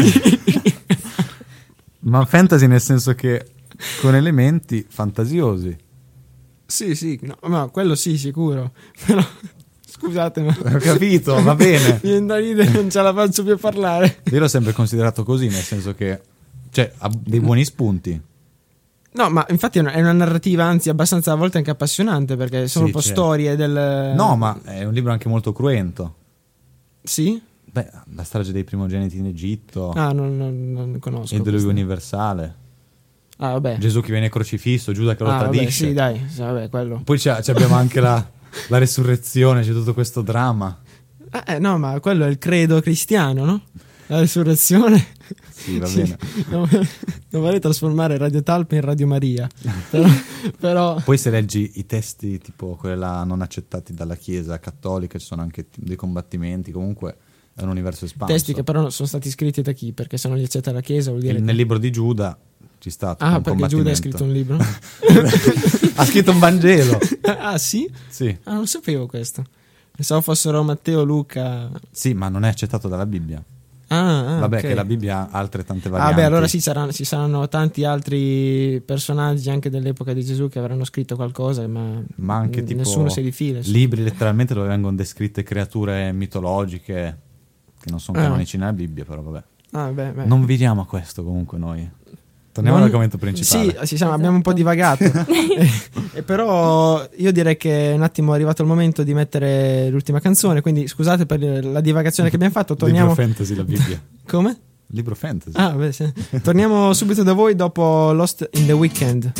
Ma fantasy nel senso che con elementi fantasiosi. Sì, no, quello sì, sicuro. Però, scusate, ma... Ho capito, va bene. Viene da ridere, non ce la faccio più a parlare. Io l'ho sempre considerato così, nel senso che, cioè, ha dei buoni spunti. No, ma infatti è una narrativa, anzi, abbastanza a volte anche appassionante, perché sono Sì, un po' certo. storie del... No, ma è un libro anche molto cruento. Sì? Beh, la strage dei primogeniti in Egitto, Ah, non conosco. il diluvio questo. universale, Ah, vabbè. Gesù che viene crocifisso, Giuda che lo Vabbè, tradisce. sì, dai, sì, vabbè, quello. Poi abbiamo anche la resurrezione, c'è tutto questo dramma. No, ma quello è il credo cristiano, no? La risurrezione. Sì, va bene. Non vorrei trasformare Radio Talpa in Radio Maria. Però Poi se leggi i testi tipo quelli là non accettati dalla Chiesa cattolica, ci sono anche dei combattimenti, comunque è un universo espanso. testi che però sono stati scritti da chi? Perché se non li accetta la Chiesa vuol dire... Nel libro di Giuda ci sta tutto un perché Giuda ha combattimento. scritto un libro? Ha scritto un Vangelo. Ah, sì? Sì. Ah, non sapevo questo. Pensavo fossero Matteo, Luca... Sì, ma non è accettato dalla Bibbia. Vabbè, ok. Che la Bibbia ha altrettante varianti. Beh, allora sì, ci saranno tanti altri personaggi anche dell'epoca di Gesù che avranno scritto qualcosa, ma anche tipo nessuno si rifila. libri letteralmente dove vengono descritte creature mitologiche che non sono canonici nella Bibbia, però vabbè. Beh. Non vediamo a questo comunque noi. Torniamo all'argomento principale. Sì, abbiamo un po' divagato. E però io direi che un attimo è arrivato il momento di mettere l'ultima canzone, quindi scusate per la divagazione che abbiamo fatto. Torniamo... Libro fantasy, la Bibbia. Come? Libro fantasy. Beh, sì. Torniamo subito da voi dopo Lost in the Weekend.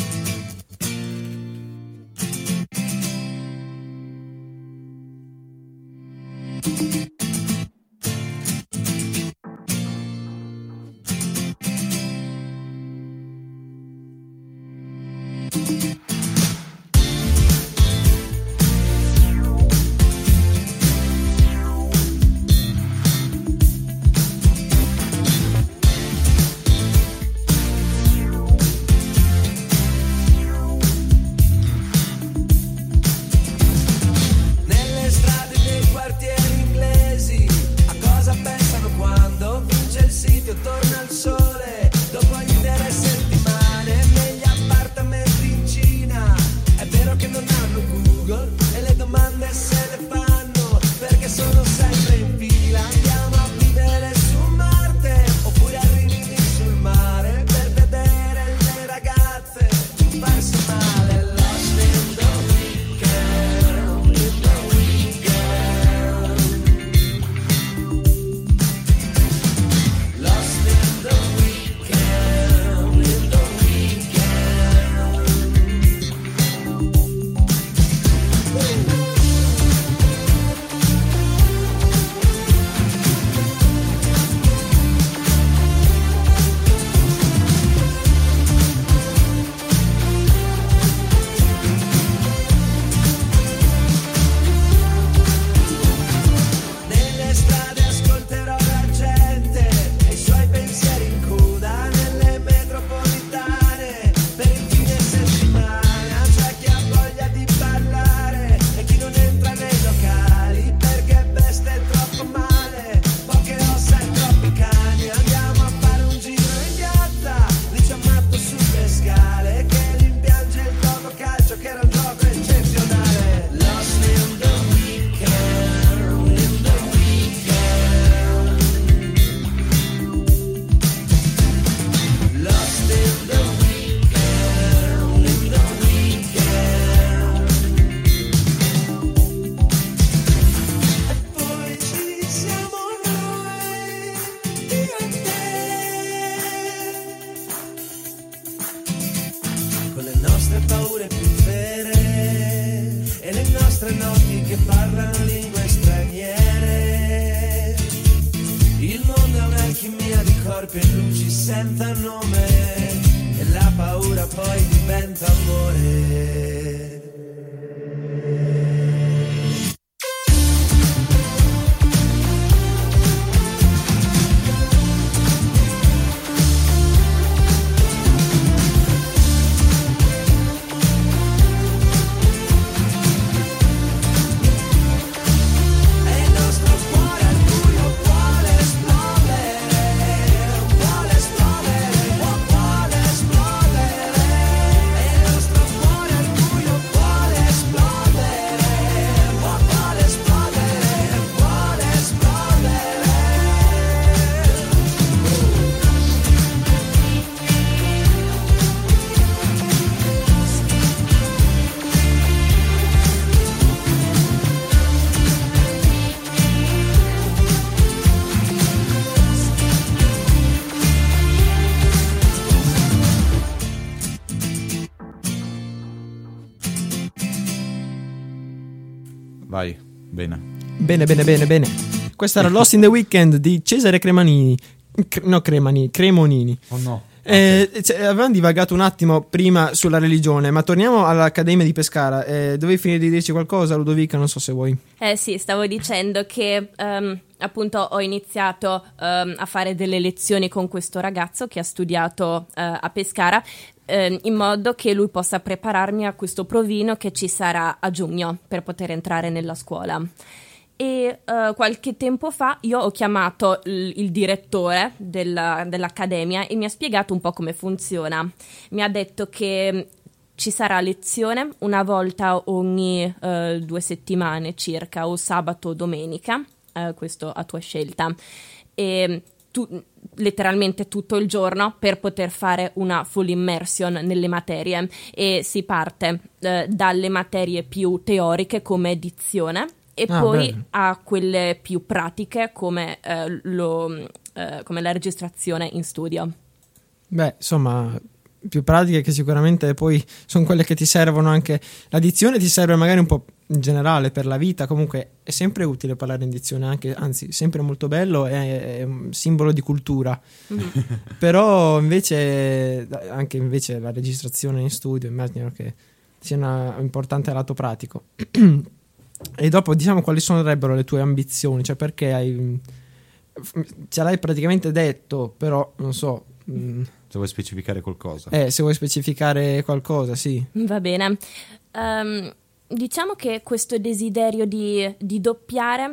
Nelle strade dei quartieri inglesi, a cosa pensano quando vince il City o torna il sole? Dopo intere settimane negli appartamenti in Cina. È vero che non hanno Google e le domande se le fanno perché sono sempre in fila. Andiamo a vivere su Marte oppure a Rimini sul mare per vedere le ragazze farsi male. Lost in the weekend, in the weekend. Lost in the weekend. astronauti che parlano lingue straniere. Il mondo è un'alchimia di corpi e luci senza nome, e la paura poi diventa amore. Vai, bene. Bene. Questo era Lost in the Weekend di Cesare Cremonini. Oh no. Avevamo divagato un attimo prima sulla religione, ma torniamo all'Accademia di Pescara. Dovevi finire di dirci qualcosa, Ludovica? Non so se vuoi. Sì, stavo dicendo che appunto ho iniziato a fare delle lezioni con questo ragazzo che ha studiato a Pescara, in modo che lui possa prepararmi a questo provino che ci sarà a giugno per poter entrare nella scuola. E qualche tempo fa io ho chiamato il direttore dell'accademia e mi ha spiegato un po' come funziona. Mi ha detto che ci sarà lezione una volta ogni 2 settimane circa, o sabato o domenica, questo a tua scelta, e letteralmente tutto il giorno per poter fare una full immersion nelle materie, e si parte dalle materie più teoriche come dizione e poi bello. a quelle più pratiche come la registrazione in studio. Beh, insomma, più pratiche che sicuramente poi sono quelle che ti servono anche. La dizione ti serve magari un po' in generale per la vita, comunque è sempre utile parlare in dizione, anche, anzi sempre molto bello, è un simbolo di cultura. Però invece la registrazione in studio immagino che sia importante lato pratico. E dopo diciamo quali sarebbero le tue ambizioni, cioè perché ce l'hai praticamente detto, però non so. Se vuoi specificare qualcosa. Se vuoi specificare qualcosa, sì. Va bene. Diciamo che questo desiderio di doppiare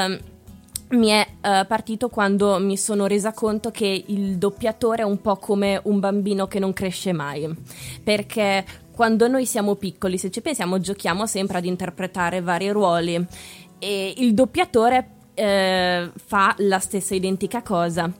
mi è partito quando mi sono resa conto che il doppiatore è un po' come un bambino che non cresce mai, perché quando noi siamo piccoli, se ci pensiamo, giochiamo sempre ad interpretare vari ruoli, e il doppiatore fa la stessa identica cosa.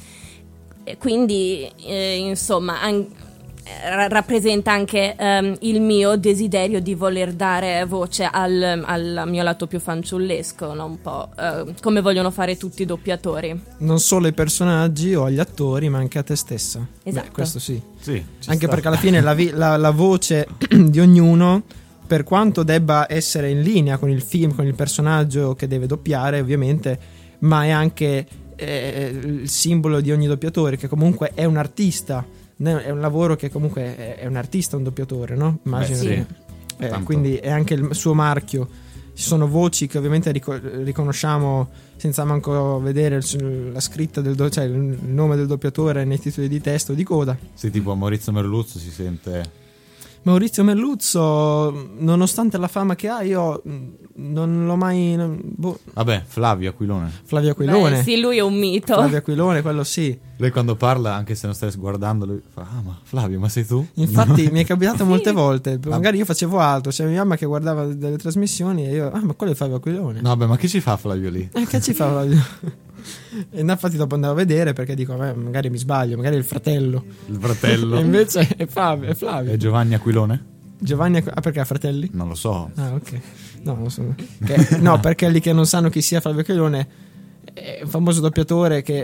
Quindi insomma rappresenta anche il mio desiderio di voler dare voce al mio lato più fanciullesco, no? Un po' come vogliono fare tutti i doppiatori, non solo ai personaggi o agli attori, ma anche a te stessa. Esatto. Beh, questo sì, anche perché alla fine la voce di ognuno, per quanto debba essere in linea con il film, con il personaggio che deve doppiare ovviamente, ma è anche il simbolo di ogni doppiatore, che comunque è un artista, è un lavoro che comunque è un artista, un doppiatore, no? Immagino. Sì. Quindi è anche il suo marchio. Ci sono voci che ovviamente riconosciamo senza manco vedere la scritta cioè il nome del doppiatore nei titoli di testo o di coda. Sì, tipo a Maurizio Merluzzo si sente. Maurizio Merluzzo, nonostante la fama che ha, io non l'ho mai. Vabbè, Flavio Aquilone. Beh, sì, lui è un mito. Flavio Aquilone, quello sì. Lei quando parla, anche se non stai guardando, lui fa: ah, ma Flavio, ma sei tu? Infatti mi è capitato molte volte. Magari io facevo altro, c'era mia mamma che guardava delle trasmissioni e io: ah, ma quello è Flavio Aquilone. No, vabbè, ma che ci fa Flavio lì? Che ci fa Flavio? E infatti dopo andavo a vedere, perché dico: magari mi sbaglio, magari è il fratello. E invece è Flavio. È Giovanni Aquilone? Perché ha fratelli? Non lo so. Ah, ok. No, perché lì che non sanno chi sia Flavio Aquilone è un famoso doppiatore che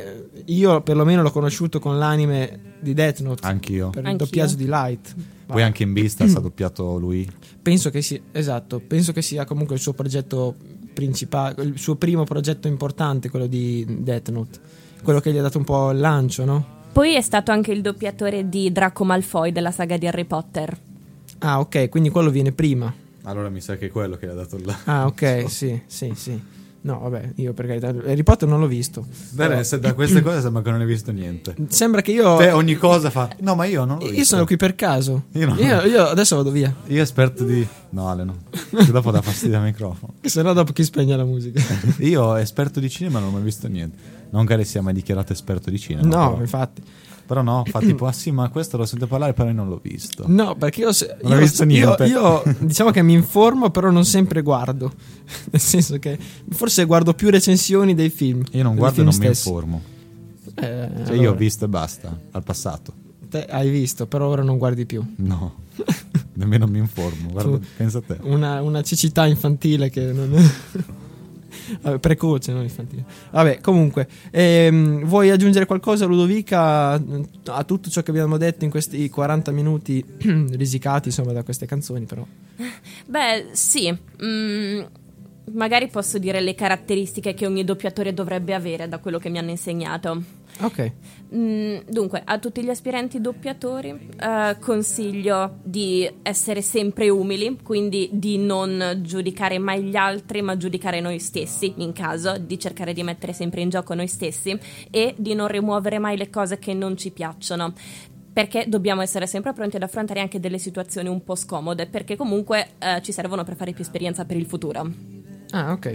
io perlomeno l'ho conosciuto con l'anime di Death Note. Anch'io. Per il Anch'io. doppiaggio di Light. Poi anche in Beastars ha doppiato lui. Penso che sia, esatto, penso che sia comunque il suo progetto principale, il suo primo progetto importante, quello di Death Note, quello che gli ha dato un po' il lancio, no? Poi è stato anche il doppiatore di Draco Malfoy della saga di Harry Potter. Ah, ok, quindi quello viene prima. Allora mi sa che è quello che gli ha dato il Ah, ok, sì. No, vabbè, io per carità, Harry Potter non l'ho visto. Bene, se da queste cose sembra che non hai visto niente. Sembra che io... Te ogni cosa fa. No, ma io non l'ho visto. Io sono qui per caso. Io no. Io adesso vado via. Io esperto di... No, Ale, no. Che dopo dà fastidio al microfono. Che se no dopo chi spegne la musica. Io esperto di cinema non ho mai visto niente. Non che lei sia mai dichiarato esperto di cinema. No, però. infatti. Però no, fa tipo, ah sì, ma questo lo sento parlare, però io non l'ho visto. No, perché Non ho visto niente. Io diciamo che mi informo, però non sempre guardo. Nel senso che forse guardo più recensioni dei film. Io non dei guardo e film non stessi. mi informo. Cioè Cioè io ho visto e basta, al passato. Te hai visto, però ora non guardi più. No, nemmeno mi informo. Guarda, Tu- pensa a te. Una cecità infantile che non è... Vabbè, precoce, non infantile. Vabbè, comunque, vuoi aggiungere qualcosa, Ludovica, a tutto ciò che abbiamo detto in questi 40 minuti risicati, insomma, da queste canzoni, però? Beh, sì. Magari posso dire le caratteristiche che ogni doppiatore dovrebbe avere, da quello che mi hanno insegnato. Ok. Dunque, a tutti gli aspiranti doppiatori consiglio di essere sempre umili, quindi di non giudicare mai gli altri, ma giudicare noi stessi, in caso, di cercare di mettere sempre in gioco noi stessi e di non rimuovere mai le cose che non ci piacciono. Perché dobbiamo essere sempre pronti ad affrontare anche delle situazioni un po' scomode, perché comunque ci servono per fare più esperienza per il futuro. Ah, ok.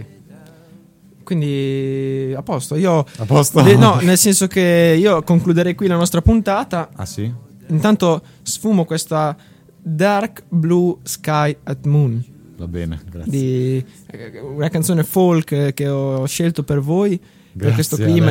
Quindi a posto. A posto? No, nel senso che io concluderei qui la nostra puntata. Ah sì? Intanto sfumo questa Dark Blue Sky at Moon, Va bene, grazie. una canzone folk che ho scelto per voi, per questo clima Ale.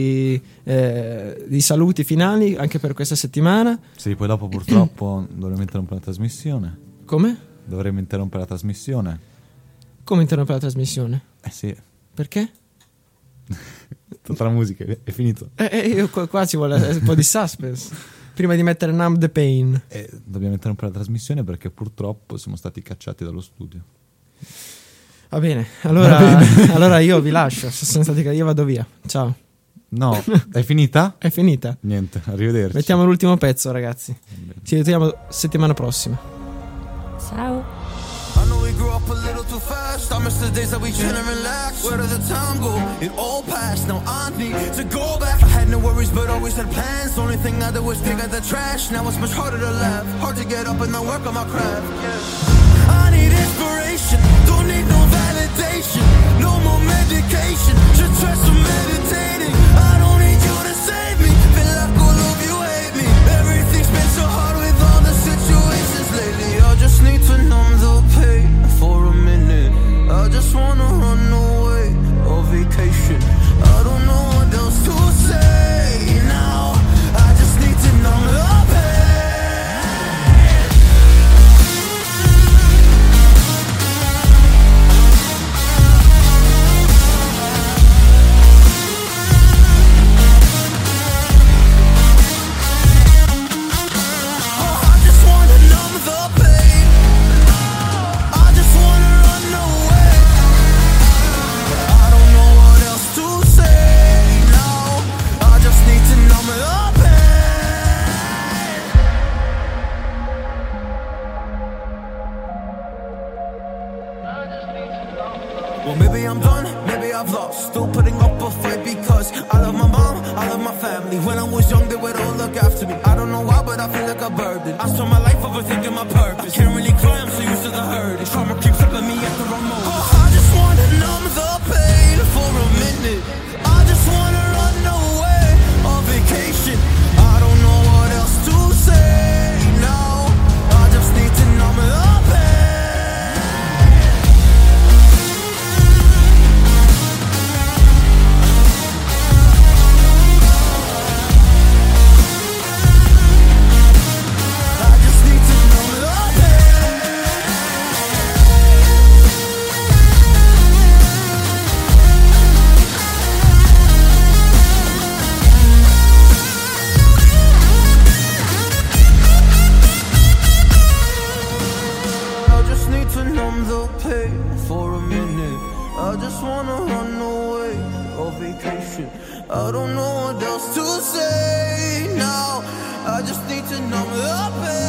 di saluti finali anche per questa settimana. Sì, poi dopo purtroppo dovremo interrompere la trasmissione. Come? Dovremmo interrompere la trasmissione. Come interrompere la trasmissione? Eh sì, Perché? tutta la musica è finito. Io qua ci vuole un po' di suspense prima di mettere Numb the Pain. Dobbiamo interrompere la trasmissione perché purtroppo siamo stati cacciati dallo studio. Va bene, allora io vi lascio. Se sono stati io vado via. Ciao. No, è finita? È finita. Niente, arrivederci. Mettiamo l'ultimo pezzo, ragazzi. Ci vediamo settimana prossima. Ciao. I know we grew up a little too fast. I miss the days that we chill and relax. Where did the time go? It all passed. Now I need to go back. I had no worries, but always had plans. Only thing I did was dig at the trash. Now it's much harder to laugh. Hard to get up and not work on my craft. I need inspiration. Don't need no validation. No more medication. Just try some meditating. I don't need you to save me. Feel like all of you hate me. Everything's been so hard with all the situations lately. I just need to numb the pain for a minute. I just wanna run away on vacation. I don't know what else to say now. I just need to numb the pain. Well, maybe I'm done, maybe I've lost. Still putting up a fight because I love my mom, I love my family. When I was young, they would all look after me. I don't know why, but I feel like a burden. I spend my life overthinking my purpose. Can't really cry, I'm so used to the hurt. Trauma keeps up at me at the wrong moment. I just wanna numb the pain for a minute. I just wanna run away on vacation. I don't know what else to say now. I just need to numb the pain. I just need to numb the pain. I just need to numb the pain.